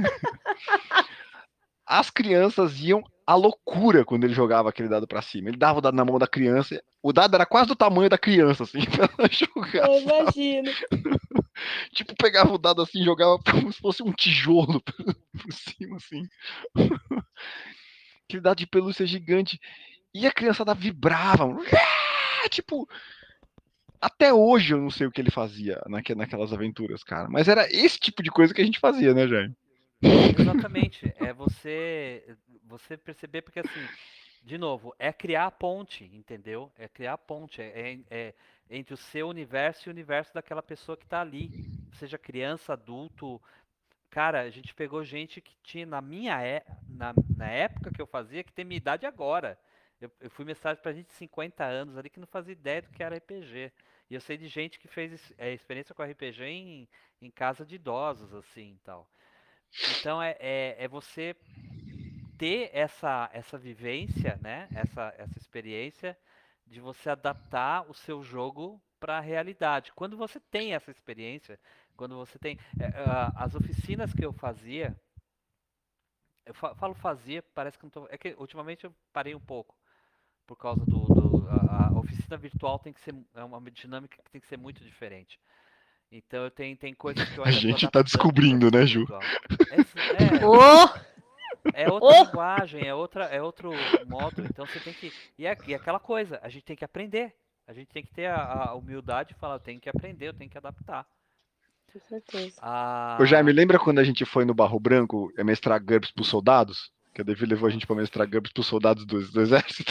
As crianças iam à loucura quando ele jogava aquele dado para cima. Ele dava o dado na mão da criança. O dado era quase do tamanho da criança, assim, pra ela jogar. Eu imagino. Tipo, pegava o dado assim, jogava como se fosse um tijolo por cima, assim. Aquele dado de pelúcia gigante. E a criançada vibrava. Tipo, até hoje eu não sei o que ele fazia naquelas aventuras, cara. Mas era esse tipo de coisa que a gente fazia, né, Jaime? Exatamente. É você perceber porque assim, de novo, é criar a ponte, entendeu? É criar a ponte, é entre o seu universo e o universo daquela pessoa que tá ali. Seja criança, adulto. Cara, a gente pegou gente que tinha na época que eu fazia, que tem minha idade agora. Eu fui mensagem pra gente de 50 anos ali que não fazia ideia do que era RPG. E eu sei de gente que fez experiência com RPG em casa de idosos, assim, e tal. Então é você ter essa vivência, né? Essa experiência de você adaptar o seu jogo para a realidade. Quando você tem essa experiência, quando você tem as oficinas que eu fazia, falo fazia, parece que não tô, é que ultimamente eu parei um pouco por causa a oficina virtual tem que ser é uma dinâmica que tem que ser muito diferente. Então tem coisas que eu A ainda estou gente tá adaptando para a descobrindo, oficina né, Ju? virtual. É, Oh! é outra Oh! linguagem, é outro modo. Então você tem que. E é aquela coisa, a gente tem que aprender. A gente tem que ter a humildade de falar, eu tenho que aprender, eu tenho que adaptar. Com certeza. Ô, Jaime, Ah, lembra quando a gente foi no Barro Branco mestrar GURPS pros soldados? Que a Devi levou a gente pra nossa. mestrar GURPS pros soldados do exército?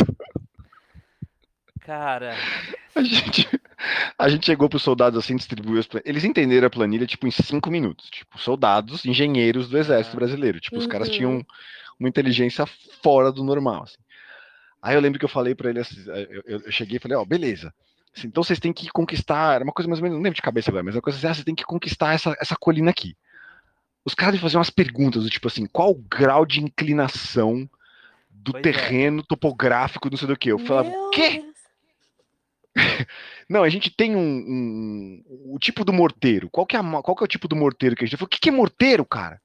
Cara, A gente, a gente chegou pros soldados assim, distribuiu eles entenderam a planilha, tipo, em 5 minutos. Tipo, soldados, engenheiros do exército aham, brasileiro. Tipo, os caras Uhum. tinham uma inteligência fora do normal, assim. Aí eu lembro que eu falei pra ele assim, eu cheguei e falei, ó, beleza. Assim, então vocês têm que conquistar, era uma coisa mais ou menos, não lembro de cabeça agora, mas é uma coisa assim, vocês têm que conquistar essa colina aqui. Os caras me faziam umas perguntas do tipo assim, qual o grau de inclinação do pois é. terreno topográfico, não sei do que. Eu falava, o Meu quê? Deus. Não, a gente tem o tipo do morteiro. Qual que é o tipo do morteiro que a gente... Eu falei, o que é morteiro, cara?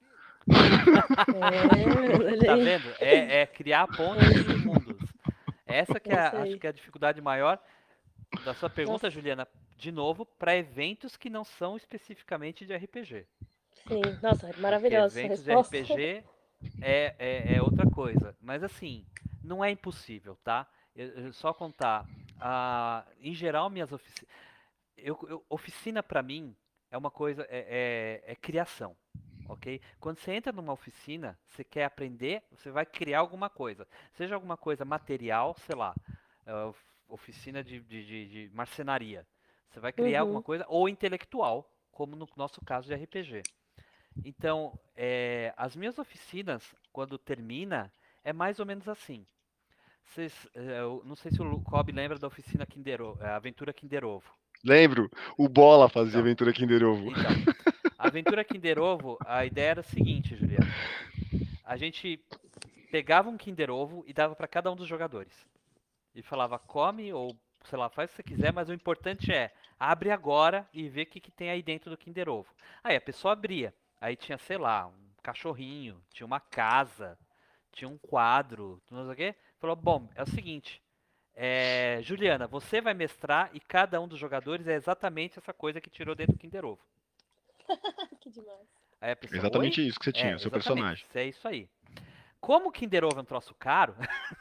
Tá Olha vendo? É criar a ponte entre os mundos. Essa que é isso acho aí. que é a dificuldade maior da sua Nossa, pergunta, Juliana, de novo, para eventos que não são especificamente de RPG. sim. Nossa, é Porque maravilhosa essa eventos de resposta. RPG é outra coisa. Mas assim, não é impossível, tá? Só contar. Em geral, minhas oficinas. Oficina para mim é uma coisa, é criação. Ok? Quando você entra numa oficina, você quer aprender, você vai criar alguma coisa. Seja alguma coisa material, sei lá, oficina de marcenaria. Você vai criar alguma coisa, ou intelectual, como no nosso caso de RPG. Então, as minhas oficinas, quando termina, é mais ou menos assim. Eu não sei se o Cobb lembra da oficina Aventura Kinder Ovo. Lembro, o Bola fazia Então, Aventura Kinder Ovo. a Aventura Kinder Ovo, a ideia era a seguinte, Juliano. A gente pegava um Kinder Ovo e dava para cada um dos jogadores. E falava, come ou, sei lá, faz o que você quiser, mas o importante é, abre agora e vê o que tem aí dentro do Kinder Ovo. Aí a pessoa abria. Aí tinha, sei lá, um cachorrinho, tinha uma casa, tinha um quadro, não sei o quê. Falou, bom, é o seguinte, Juliana, você vai mestrar e cada um dos jogadores é exatamente essa coisa que tirou dentro do Kinder Ovo. Que demais. Aí a pessoa, Exatamente isso que você tinha, o seu personagem. É isso aí. Como o Kinder Ovo é um troço caro,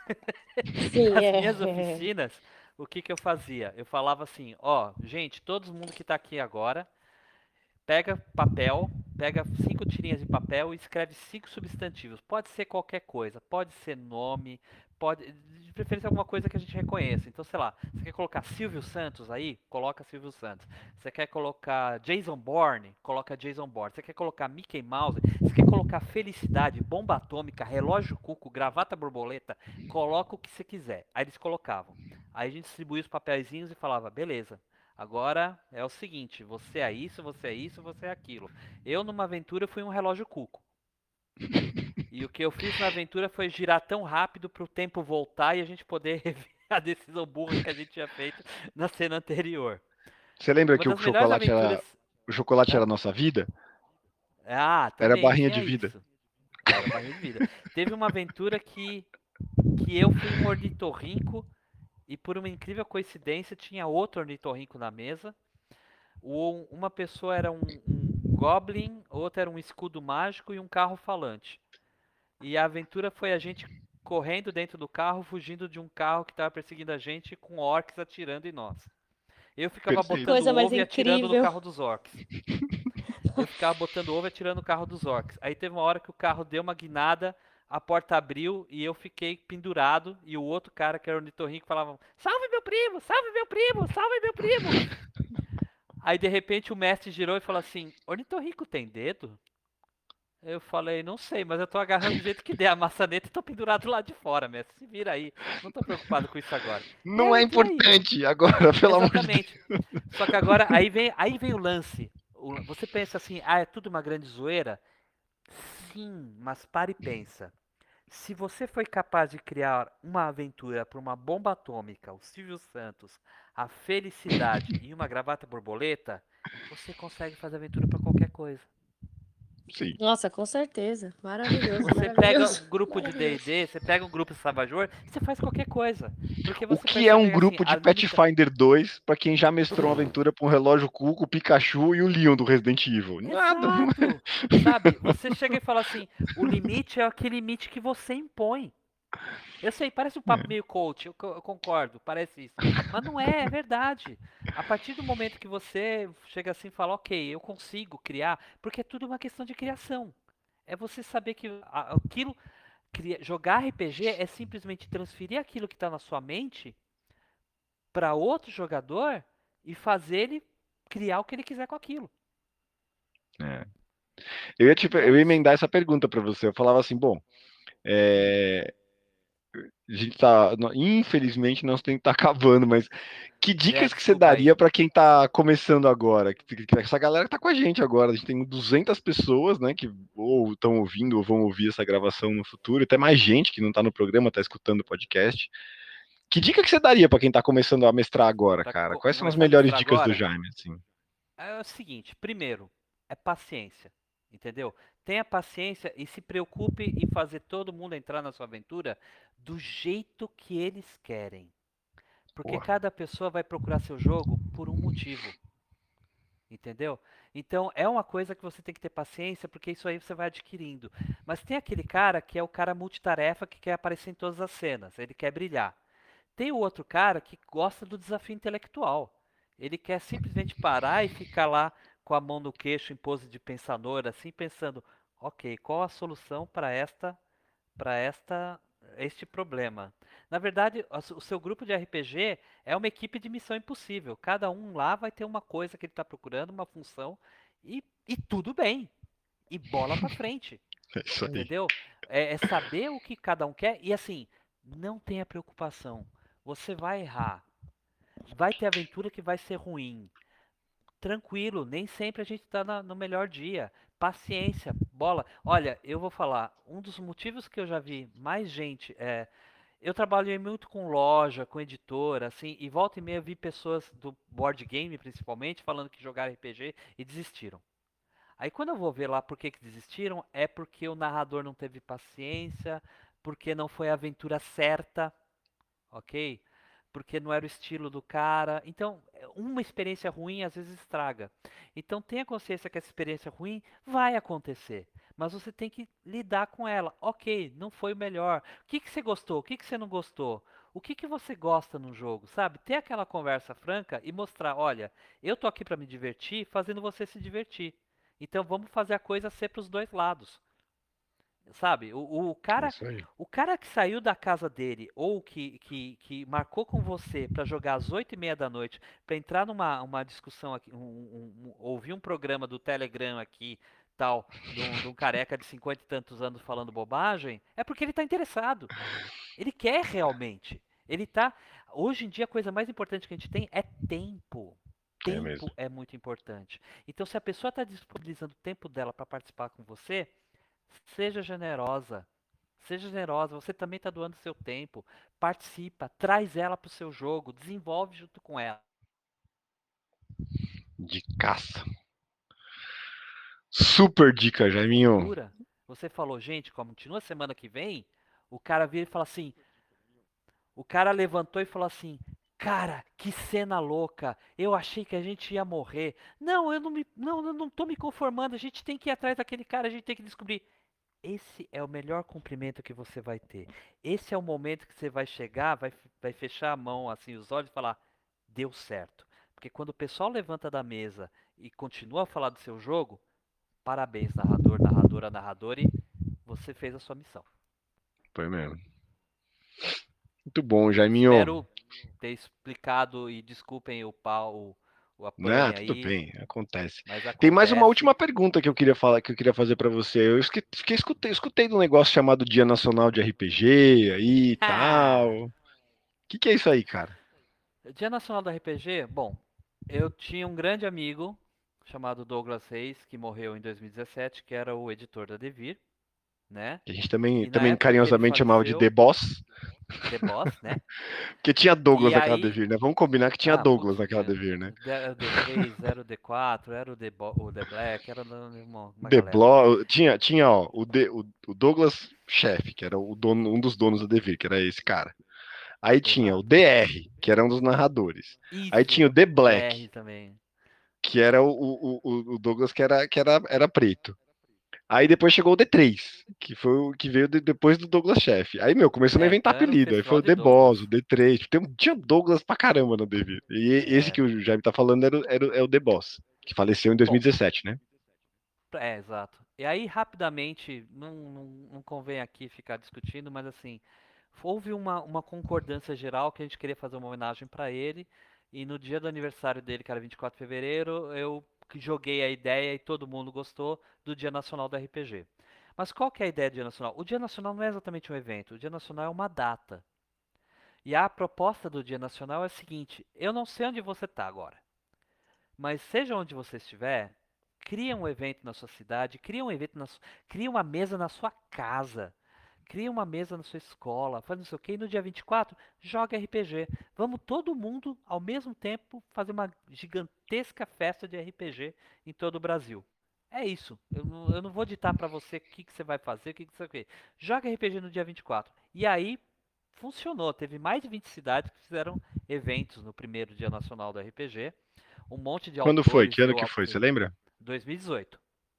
Sim, nas minhas oficinas, o que eu fazia? Eu falava assim, ó, gente, todo mundo que tá aqui agora, pega papel, pega 5 tirinhas de papel e escreve 5 substantivos. Pode ser qualquer coisa, pode ser nome, pode, de preferência alguma coisa que a gente reconheça. Então, sei lá, você quer colocar Silvio Santos aí? Coloca Silvio Santos. Você quer colocar Jason Bourne? Coloca Jason Bourne. Você quer colocar Mickey Mouse? Você quer colocar felicidade, bomba atômica, relógio cuco, gravata borboleta? Coloca o que você quiser. Aí eles colocavam. Aí a gente distribuía os papeizinhos e falava, beleza. Agora é o seguinte, você é isso, você é isso, você é aquilo. Eu numa aventura fui um relógio cuco. E o que eu fiz na aventura foi girar tão rápido para o tempo voltar e a gente poder rever a decisão burra que a gente tinha feito na cena anterior. Você lembra Uma que o das melhores chocolate aventuras. era a nossa vida? Ah, Era a também barrinha de tinha vida. isso. Era a barrinha de vida. Teve uma aventura que eu fui um ornitorrinco e por uma incrível coincidência tinha outro ornitorrinco na mesa. Uma pessoa era um goblin, outra era um escudo mágico e um carro falante. E a aventura foi a gente correndo dentro do carro, fugindo de um carro que estava perseguindo a gente com orcs atirando em nós. Eu ficava Perfeito. botando Coisa mais ovo e atirando no incrível. carro dos orcs. Eu ficava botando ovo e atirando no carro dos orcs. Aí teve uma hora que o carro deu uma guinada, a porta abriu e eu fiquei pendurado. E o outro cara, que era o ornitorrinco, falava: salve meu primo, salve meu primo, salve meu primo. Aí de repente o mestre girou e falou assim: ornitorrinco tem dedo? Eu falei, não sei, mas eu tô agarrando do jeito que der a maçaneta e tô pendurado lá de fora, mestre. Se vira aí. Não tô preocupado com isso agora. E a Não é aventura ia. importante agora, pelo amor de Deus. Exatamente. Só que agora, aí vem o lance. Você pensa assim, é tudo uma grande zoeira? Sim, mas pare e pensa. Se você foi capaz de criar uma aventura para uma bomba atômica, o Silvio Santos, a felicidade e uma gravata borboleta, você consegue fazer aventura para qualquer coisa. Sim. Nossa, com certeza. Maravilhoso, Você pega maravilhoso. um grupo de D&D, você pega um grupo Savajor, você faz qualquer coisa. Porque O você que é um percebe, grupo assim, de Pathfinder 2 pra quem já mestrou uma aventura com o relógio Cuco, o Pikachu e o Leon do Resident Evil? Nada. Exato. Sabe? Você chega e fala assim, o limite é aquele limite que você impõe. Eu sei, parece um papo meio coach, eu concordo, parece isso. Mas não é, é verdade. A partir do momento que você chega assim e fala, ok, eu consigo criar, porque é tudo uma questão de criação. É você saber que aquilo, jogar RPG é simplesmente transferir aquilo que está na sua mente para outro jogador e fazer ele criar o que ele quiser com aquilo. É. Eu ia emendar essa pergunta para você. Eu falava assim, bom, a gente tá, infelizmente, nós temos que estar acabando, mas que dicas que você Desculpa aí. daria para quem está começando agora? Essa galera que tá com a gente agora, a gente tem 200 pessoas, né, que ou estão ouvindo ou vão ouvir essa gravação no futuro, até mais gente que não está no programa, está escutando o podcast. Que dica que você daria para quem está começando a mestrar agora, cara? Quais são as melhores dicas do Jaime, assim? É o seguinte, primeiro, é paciência, entendeu? Tenha paciência e se preocupe em fazer todo mundo entrar na sua aventura do jeito que eles querem. Porque Porra. cada pessoa vai procurar seu jogo por um motivo. Entendeu? Então é uma coisa que você tem que ter paciência, porque isso aí você vai adquirindo. Mas tem aquele cara que é o cara multitarefa que quer aparecer em todas as cenas, ele quer brilhar. Tem o outro cara que gosta do desafio intelectual. Ele quer simplesmente parar e ficar lá com a mão no queixo em pose de pensador, assim, pensando, ok, qual a solução para esta este problema. Na verdade, o seu grupo de RPG é uma equipe de missão impossível. Cada um lá vai ter uma coisa que ele está procurando, uma função, e tudo bem. E bola pra frente. É isso aí. Entendeu? É saber o que cada um quer e assim, não tenha preocupação. Você vai errar. Vai ter aventura que vai ser ruim. Tranquilo, nem sempre a gente tá no melhor dia. Paciência, bola. Olha, eu vou falar, um dos motivos que eu já vi mais gente eu trabalhei muito com loja, com editora, assim, e volta e meia eu vi pessoas do board game, principalmente, falando que jogaram RPG e desistiram. Aí quando eu vou ver lá por que que desistiram, é porque o narrador não teve paciência, porque não foi a aventura certa, ok? Porque não era o estilo do cara. Então, uma experiência ruim às vezes estraga. Então, tenha consciência que essa experiência ruim vai acontecer. Mas você tem que lidar com ela. Ok, não foi o melhor. O que que você gostou? O que que você não gostou? O que que você gosta no jogo, sabe? Ter aquela conversa franca e mostrar, olha, eu tô aqui para me divertir, fazendo você se divertir. Então vamos fazer a coisa ser para os dois lados. Sabe, É isso aí. o cara que saiu da casa dele ou que marcou com você pra jogar às 8:30 da noite, pra entrar numa uma discussão aqui, ouvir um programa do Telegram aqui, tal, de um careca de 50 e tantos anos falando bobagem, é porque ele tá interessado. Ele quer realmente. Ele tá. Hoje em dia a coisa mais importante que a gente tem é tempo. É mesmo. Tempo é muito importante. Então, se a pessoa está disponibilizando o tempo dela para participar com você, seja generosa. Seja generosa, você também está doando seu tempo. Participa, traz ela para o seu jogo, desenvolve junto com ela. De caça. Super dica, Jaiminho. Aventura. Você falou, gente, continua semana que vem. O cara vira e fala assim: o cara levantou e falou assim: cara, que cena louca! Eu achei que a gente ia morrer. Não, eu não tô me conformando. A gente tem que ir atrás daquele cara, a gente tem que descobrir. Esse é o melhor cumprimento que você vai ter. Esse é o momento que você vai chegar, vai fechar a mão, assim, os olhos e falar: deu certo. Porque quando o pessoal levanta da mesa e continua a falar do seu jogo, parabéns, narrador, narradora, narrador, e você fez a sua missão. Foi mesmo. Muito bom, Jaiminho. Espero ter explicado e desculpem a Não, pane tudo aí, bem, acontece. mas Tem mais uma acontece. última pergunta que eu queria falar, que eu queria fazer pra você. Escutei de um negócio chamado Dia Nacional de RPG aí e tal. O que é isso aí, cara? Dia Nacional do RPG, bom, eu tinha um grande amigo chamado Douglas Reis, que morreu em 2017, que era o editor da Devir, né? Que a gente também, E na também época que ele carinhosamente chamava de The faleceu, Boss, The Boss, né? porque tinha Douglas E naquela aí, Devir, né? Vamos combinar que tinha putz, Douglas naquela Devir, né? era o D3, era o D4, era o The Black, era uma The galera. Blo... tinha ó, o Douglas chefe, que era o dono, um dos donos da Devir, que era esse cara. Aí tinha o Exato. DR, que era um dos narradores. Aí tinha o Isso, The o DR Black, também. que era o Douglas era preto. Aí depois chegou o D3, que foi o que veio depois do Douglas Chefe. Aí, meu, começou a Então inventar era o apelido. Aí foi Festival o de The Douglas. Boss, o D3. Tinha Douglas pra caramba no Devir. E esse É. que o Jaime tá falando é o The Boss, que faleceu em Bom, 2017, né? exato. E aí, rapidamente, não convém aqui ficar discutindo, mas assim, houve uma concordância geral que a gente queria fazer uma homenagem para ele. E no dia do aniversário dele, que era 24 de fevereiro, eu joguei a ideia e todo mundo gostou do Dia Nacional do RPG. Mas qual que é a ideia do Dia Nacional? O Dia Nacional não é exatamente um evento, o Dia Nacional é uma data. E a proposta do Dia Nacional é a seguinte: eu não sei onde você está agora, mas seja onde você estiver, cria um evento na sua cidade, cria uma mesa na sua casa, cria uma mesa na sua escola, faz não sei o que, e no dia 24, joga RPG. Vamos todo mundo, ao mesmo tempo, fazer uma gigantesca festa de RPG em todo o Brasil. É isso. Eu não vou ditar pra você o que você vai fazer, o que você vai. Joga RPG no dia 24. E aí, funcionou. Teve mais de 20 cidades que fizeram eventos no primeiro Dia Nacional do RPG. Um monte de Quando foi? autores Que e ano que foi? Você autores. lembra? 2018.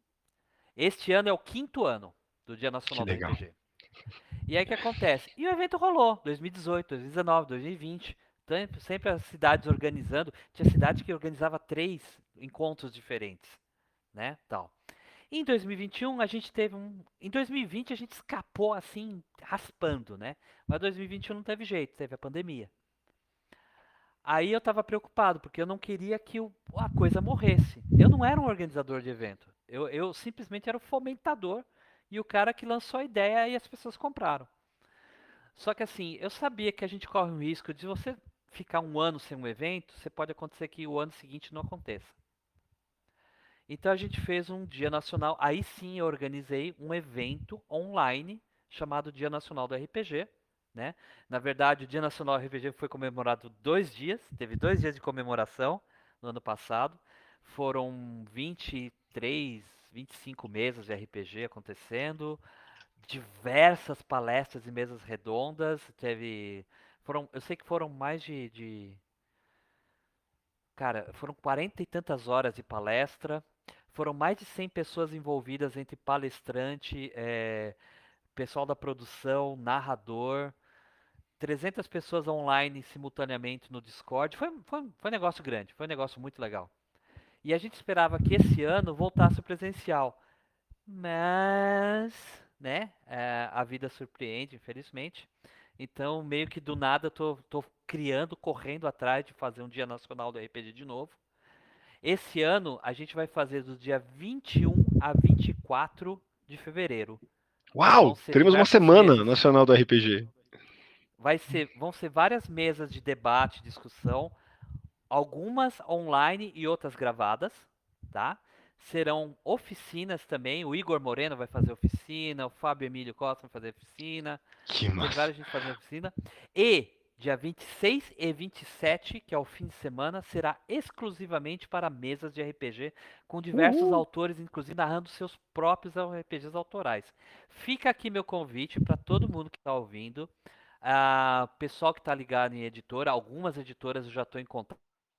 Este ano é o 5º ano do Dia Que Nacional do legal. RPG. E aí o que acontece? E o evento rolou, 2018, 2019, 2020. Sempre as cidades organizando. Tinha cidade que organizava 3 encontros diferentes, né? Tal. Em 2021 a gente teve em 2020 a gente escapou assim, raspando, né? Mas 2021 não teve jeito, teve a pandemia. Aí eu tava preocupado, porque eu não queria que a coisa morresse. Eu não era um organizador de evento. Eu simplesmente era o fomentador e o cara que lançou a ideia e as pessoas compraram. Só que assim, eu sabia que a gente corre um risco de você ficar um ano sem um evento, você pode acontecer que o ano seguinte não aconteça. Então a gente fez um Dia Nacional. Aí sim eu organizei um evento online chamado Dia Nacional do RPG, né? Na verdade, o Dia Nacional do RPG foi comemorado 2 dias, teve 2 dias de comemoração no ano passado. Foram 23, 25 mesas de RPG acontecendo, diversas palestras e mesas redondas. Eu sei que foram mais cara, foram 40 e tantas horas de palestra. Foram mais de 100 pessoas envolvidas entre palestrante, pessoal da produção, narrador, 300 pessoas online simultaneamente no Discord. Foi um negócio grande, foi um negócio muito legal. E a gente esperava que esse ano voltasse o presencial. Mas, né, a vida surpreende, infelizmente. Então, meio que do nada, tô criando, correndo atrás de fazer um Dia Nacional do RPG de novo. Esse ano, a gente vai fazer do dia 21 a 24 de fevereiro. Vão Uau! ser Teremos uma diversas semana mesas. nacional do RPG. Vão ser várias mesas de debate, discussão, algumas online e outras gravadas, tá? Serão oficinas também. O Igor Moreno vai fazer oficina, o Fábio Emílio Costa vai fazer oficina. Que Tem massa. várias gente fazendo oficina. E dia 26 e 27, que é o fim de semana, será exclusivamente para mesas de RPG, com diversos autores, inclusive narrando seus próprios RPGs autorais. Fica aqui meu convite para todo mundo que está ouvindo. Pessoal que está ligado em editora, algumas editoras eu já estou em contato.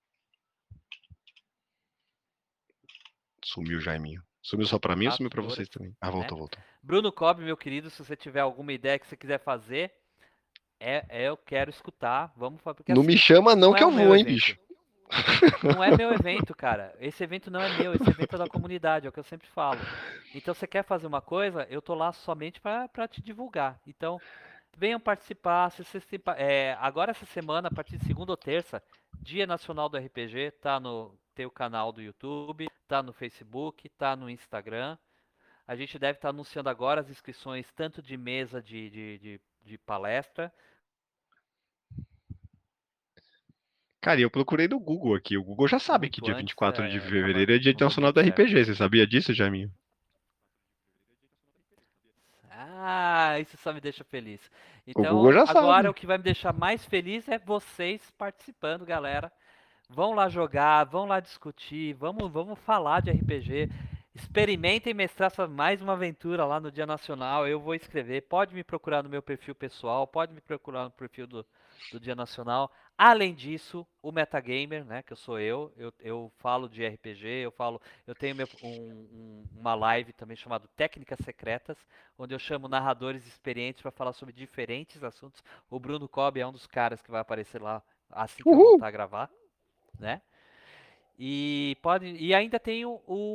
Sumiu o Jaiminho. Sumiu só pra mim ou sumiu pra Editoras, vocês também? né? Voltou. Bruno Cobb, meu querido, se você tiver alguma ideia que você quiser fazer, eu quero escutar. Vamos fazer, porque Não me assim, chama não não que é eu o meu vou, hein, evento. bicho. Não é meu evento, cara. Esse evento não é meu, esse evento é da comunidade, é o que eu sempre falo. Então, você quer fazer uma coisa, eu tô lá somente para te divulgar. Então, venham participar. Agora essa semana, a partir de segunda ou terça, Dia Nacional do RPG, tem o canal do YouTube, tá no Facebook, tá no Instagram. A gente deve estar anunciando agora as inscrições tanto de mesa de palestra. Cara, e eu procurei no Google aqui. O Google já sabe que Muito dia vinte e antes, quatro de tava fevereiro é Dia no Nacional momento do certo. RPG. Você sabia disso, Jaiminho? Isso só me deixa feliz. O Google Então, já agora sabe. o que vai me deixar mais feliz é vocês participando, galera. Vão lá jogar, vão lá discutir, vamos falar de RPG. Experimentem mestrar mais uma aventura lá no Dia Nacional. Eu vou escrever. Pode me procurar no meu perfil pessoal, pode me procurar no perfil do Dia Nacional. Além disso, o Metagamer, né, que eu sou eu falo de RPG, eu tenho uma live também chamada Técnicas Secretas, onde eu chamo narradores experientes para falar sobre diferentes assuntos. O Bruno Cobb é um dos caras que vai aparecer lá assim que eu Uhul! voltar a gravar, né? E ainda tem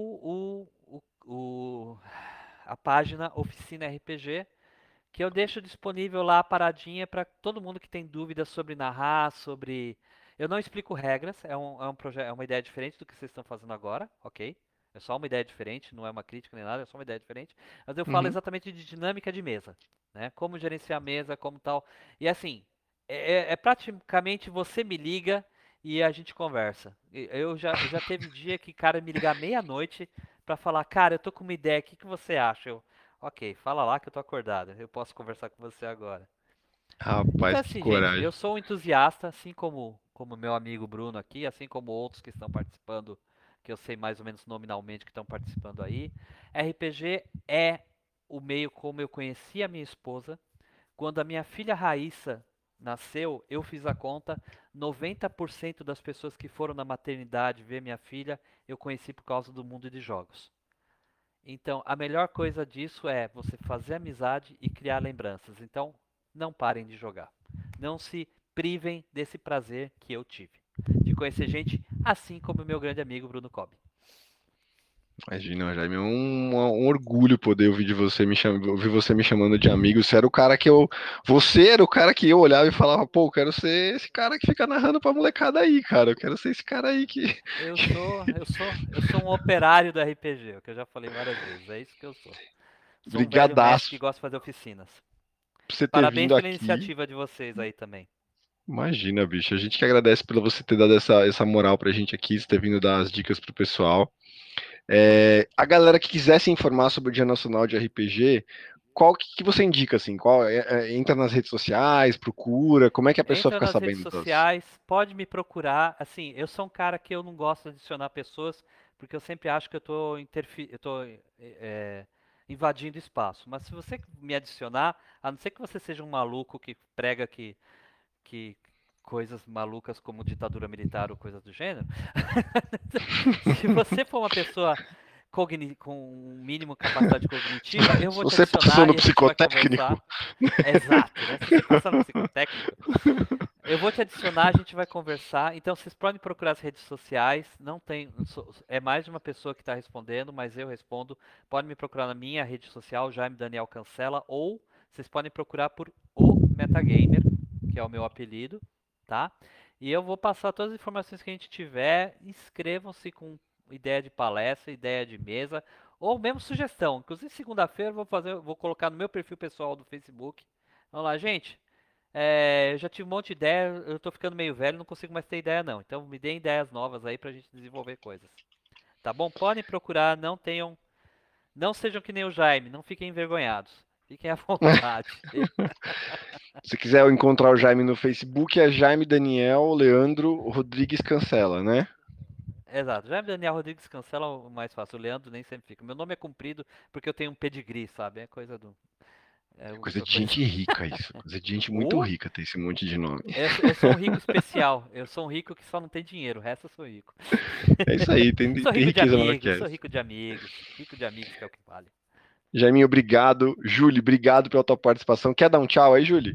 a página Oficina RPG, que eu deixo disponível lá paradinha para todo mundo que tem dúvidas sobre narrar, sobre. Eu não explico regras, é um projeto, é uma ideia diferente do que vocês estão fazendo agora, ok? É só uma ideia diferente, não é uma crítica nem nada, é só uma ideia diferente. Mas eu falo Uhum. exatamente de dinâmica de mesa, né? Como gerenciar a mesa, como tal. E assim, é praticamente você me liga e a gente conversa. Já teve dia que cara me ligar meia-noite pra falar, cara, eu tô com uma ideia, o que você acha? Ok, fala lá que eu tô acordado. Eu posso conversar com você agora. Então Rapaz, que assim, gente, eu coragem. sou um entusiasta, assim como meu amigo Bruno aqui, assim como outros que estão participando, que eu sei mais ou menos nominalmente que estão participando aí. RPG é o meio como eu conheci a minha esposa. Quando a minha filha Raíssa nasceu, eu fiz a conta, 90% das pessoas que foram na maternidade ver minha filha, eu conheci por causa do mundo de jogos. Então, a melhor coisa disso é você fazer amizade e criar lembranças. Então, não parem de jogar. Não se privem desse prazer que eu tive de conhecer gente assim como o meu grande amigo Bruno Cobb. Imagina, Jaime, é um orgulho poder ouvir de você ouvir você me chamando de amigo. Você era o cara que eu. Você era o cara que eu olhava e falava, pô, eu quero ser esse cara que fica narrando pra molecada aí, cara. Eu quero ser esse cara aí que. Eu sou um operário do RPG, o que eu já falei várias vezes. É isso que eu sou. Sou um velho mestre que Brigadaço gosta de fazer oficinas. por você ter Parabéns vindo pela aqui. iniciativa de vocês aí também. Imagina, bicho. A gente que agradece por você ter dado essa moral pra gente aqui, você ter vindo dar as dicas pro pessoal. A galera que quiser se informar sobre o Dia Nacional de RPG, qual que você indica, assim? Entra nas redes sociais, procura, como é que a pessoa Entra fica nas redes sabendo das... sociais, pode me procurar. Assim, eu sou um cara que eu não gosto de adicionar pessoas, porque eu sempre acho que eu tô invadindo espaço. Mas se você me adicionar, a não ser que você seja um maluco que prega que coisas malucas como ditadura militar ou coisas do gênero, se você for uma pessoa com um mínimo capacidade cognitiva, eu Se vou te você passou adicionar no e a gente vai psicotécnico, conversar. Exato, né? Se você passar no psicotécnico, eu vou te adicionar, a gente vai conversar. Então vocês podem procurar as redes sociais. Não tem, é mais de uma pessoa que está respondendo, mas eu respondo. Podem me procurar na minha rede social, Jaime Daniel Cancela, ou vocês podem procurar por o Metagamer, que é o meu apelido, tá? E eu vou passar todas as informações que a gente tiver. Inscrevam-se com ideia de palestra, ideia de mesa, ou mesmo sugestão. Inclusive segunda-feira vou colocar no meu perfil pessoal do Facebook. Vamos lá, gente. Eu já tive um monte de ideia, eu tô ficando meio velho, não consigo mais ter ideia não. Então me deem ideias novas aí pra gente desenvolver coisas. Tá bom? Podem procurar, não sejam que nem o Jaime, não fiquem envergonhados. Fiquem à vontade. se quiser encontrar o Jaime no Facebook, é Jaime Daniel Leandro Rodrigues Cancela, né? Exato. Jaime Daniel Rodrigues cancela o mais fácil. O Leandro nem sempre fica. Meu nome é comprido porque eu tenho um pedigree, sabe? É coisa do. É Coisa uma de coisa. gente rica isso. Coisa de gente muito Ou rica ter esse monte de nome. eu sou um rico especial. Eu sou um rico que só não tem dinheiro. O resto eu sou rico. É isso aí, tem, Sou tem rico de riqueza maior que amigos, sou essa. rico de amigos. Rico de amigos que é o que vale. Jaiminho, obrigado. Júlia, obrigado pela tua participação. Quer dar um tchau aí, Júlia?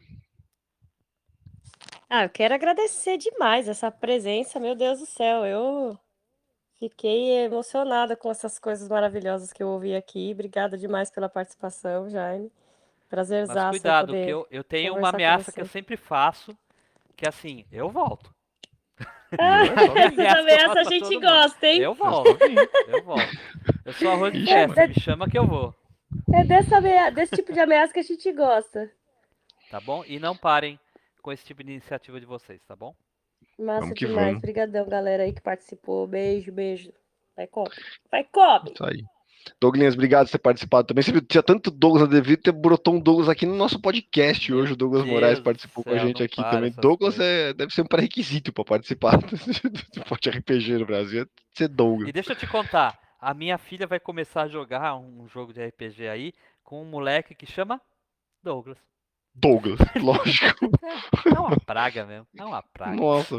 Ah, eu quero agradecer demais essa presença, meu Deus do céu. Eu fiquei emocionada com essas coisas maravilhosas que eu ouvi aqui. Obrigada demais pela participação, Jaime. Mas Prazerzaço aí cuidado, que poder eu tenho uma conversar com ameaça que eu você. sempre faço, que é assim, eu volto. Ah, Não, é só É a vir. essas ameaça que eu ameaças faço a pra gente todo mundo. gosta, hein? Eu É só volto, vir. eu volto. Eu sou arroz de Ixi, festa, mano. É, me chama que eu vou, desse tipo de ameaça que a gente gosta. tá bom? E não parem com esse tipo de iniciativa de vocês, tá bom? Massa Vamos que demais. vamos. Obrigadão, galera aí que participou. Beijo, beijo. Vai, Kobe. Vai, Kobe! Isso aí. Douglas, obrigado por ter participado também. Você viu, tinha tanto Douglas, eu devia ter brotou um Douglas aqui no nosso podcast Meu hoje. O Douglas Moraes Deus do participou com a céu, gente não aqui para também. essas Douglas coisas. deve ser um pré-requisito para participar do Pod RPG no Brasil. É ser Douglas. E deixa eu te contar, a minha filha vai começar a jogar um jogo de RPG aí com um moleque que chama Douglas. Douglas, lógico. É uma praga mesmo, é uma praga. Nossa.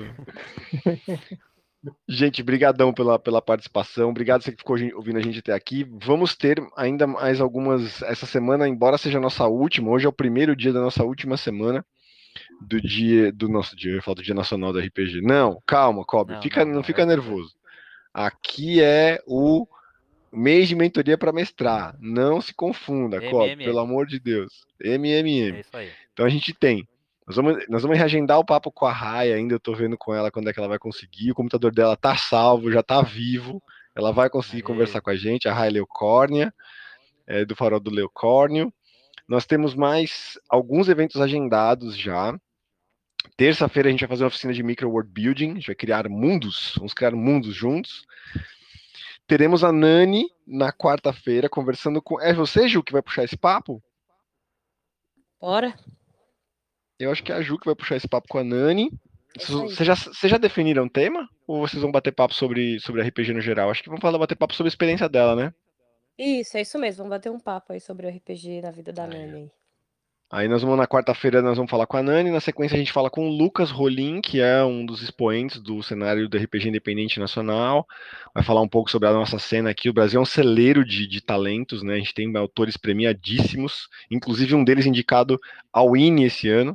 Gente, brigadão pela participação. Obrigado você que ficou ouvindo a gente até aqui. Vamos ter ainda mais algumas essa semana, embora seja a nossa última. Hoje é o primeiro dia da nossa última semana do nosso dia. Eu ia falar do Dia Nacional do RPG. Não, calma, Cobre. Não, não, Não não, fica é. nervoso. Aqui é o mês de mentoria para mestrar. Não se confunda, Cobre, pelo MMM, amor de Deus. é MMM. isso aí. Então a gente tem. Nós vamos reagendar o papo com a Raia ainda. Eu tô vendo com ela quando é que ela vai conseguir. O computador dela tá salvo, já tá vivo. Ela vai conseguir conversar Aê, com a gente. A Raia Leocórnia, do Farol do Leocórnio. Nós temos mais alguns eventos agendados já. Terça-feira a gente vai fazer uma oficina de micro world building. A gente vai criar mundos. Vamos criar mundos juntos. Teremos a Nani na quarta-feira conversando com. É você, Ju, que vai puxar esse papo? Bora. Eu acho que é a Ju que vai puxar esse papo com a Nani. É isso aí. Vocês já definiram o tema? Ou vocês vão bater papo sobre RPG no geral? Acho que vão bater papo sobre a experiência dela, né? Isso, é isso mesmo. Vamos bater um papo aí sobre o RPG na vida da aí, Nani aí. Aí na quarta-feira nós vamos falar com a Nani, na sequência a gente fala com o Lucas Rolim, que é um dos expoentes do cenário do RPG independente nacional. Vai falar um pouco sobre a nossa cena aqui. O Brasil é um celeiro de talentos, né? A gente tem autores premiadíssimos, inclusive um deles indicado ao INE esse ano.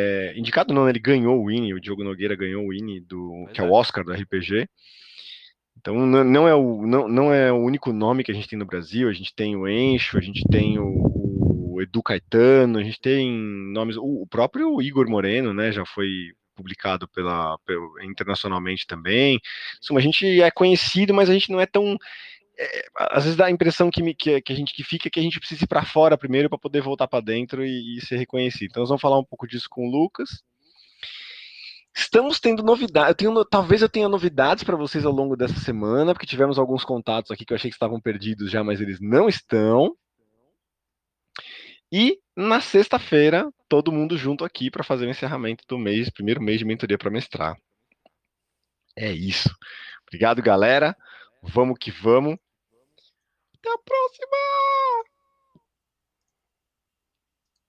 Indicado não, ele ganhou o Winnie, o Diogo Nogueira ganhou o Winnie, pois que é o é. Oscar do RPG. Então não é o único nome que a gente tem no Brasil, a gente tem o Encho, a gente tem o Edu Caetano, a gente tem nomes, o próprio Igor Moreno, né, já foi publicado internacionalmente também. A gente é conhecido, mas a gente não é tão. Às vezes dá a impressão que a gente que fica que a gente precisa ir para fora primeiro para poder voltar para dentro e ser reconhecido. Então nós vamos falar um pouco disso com o Lucas. Estamos tendo novidades. Talvez eu tenha novidades para vocês ao longo dessa semana, porque tivemos alguns contatos aqui que eu achei que estavam perdidos já, mas eles não estão. E na sexta-feira, todo mundo junto aqui para fazer o encerramento do mês, primeiro mês de mentoria para mestrar. É isso. Obrigado, galera. Vamos que vamos. Até a próxima!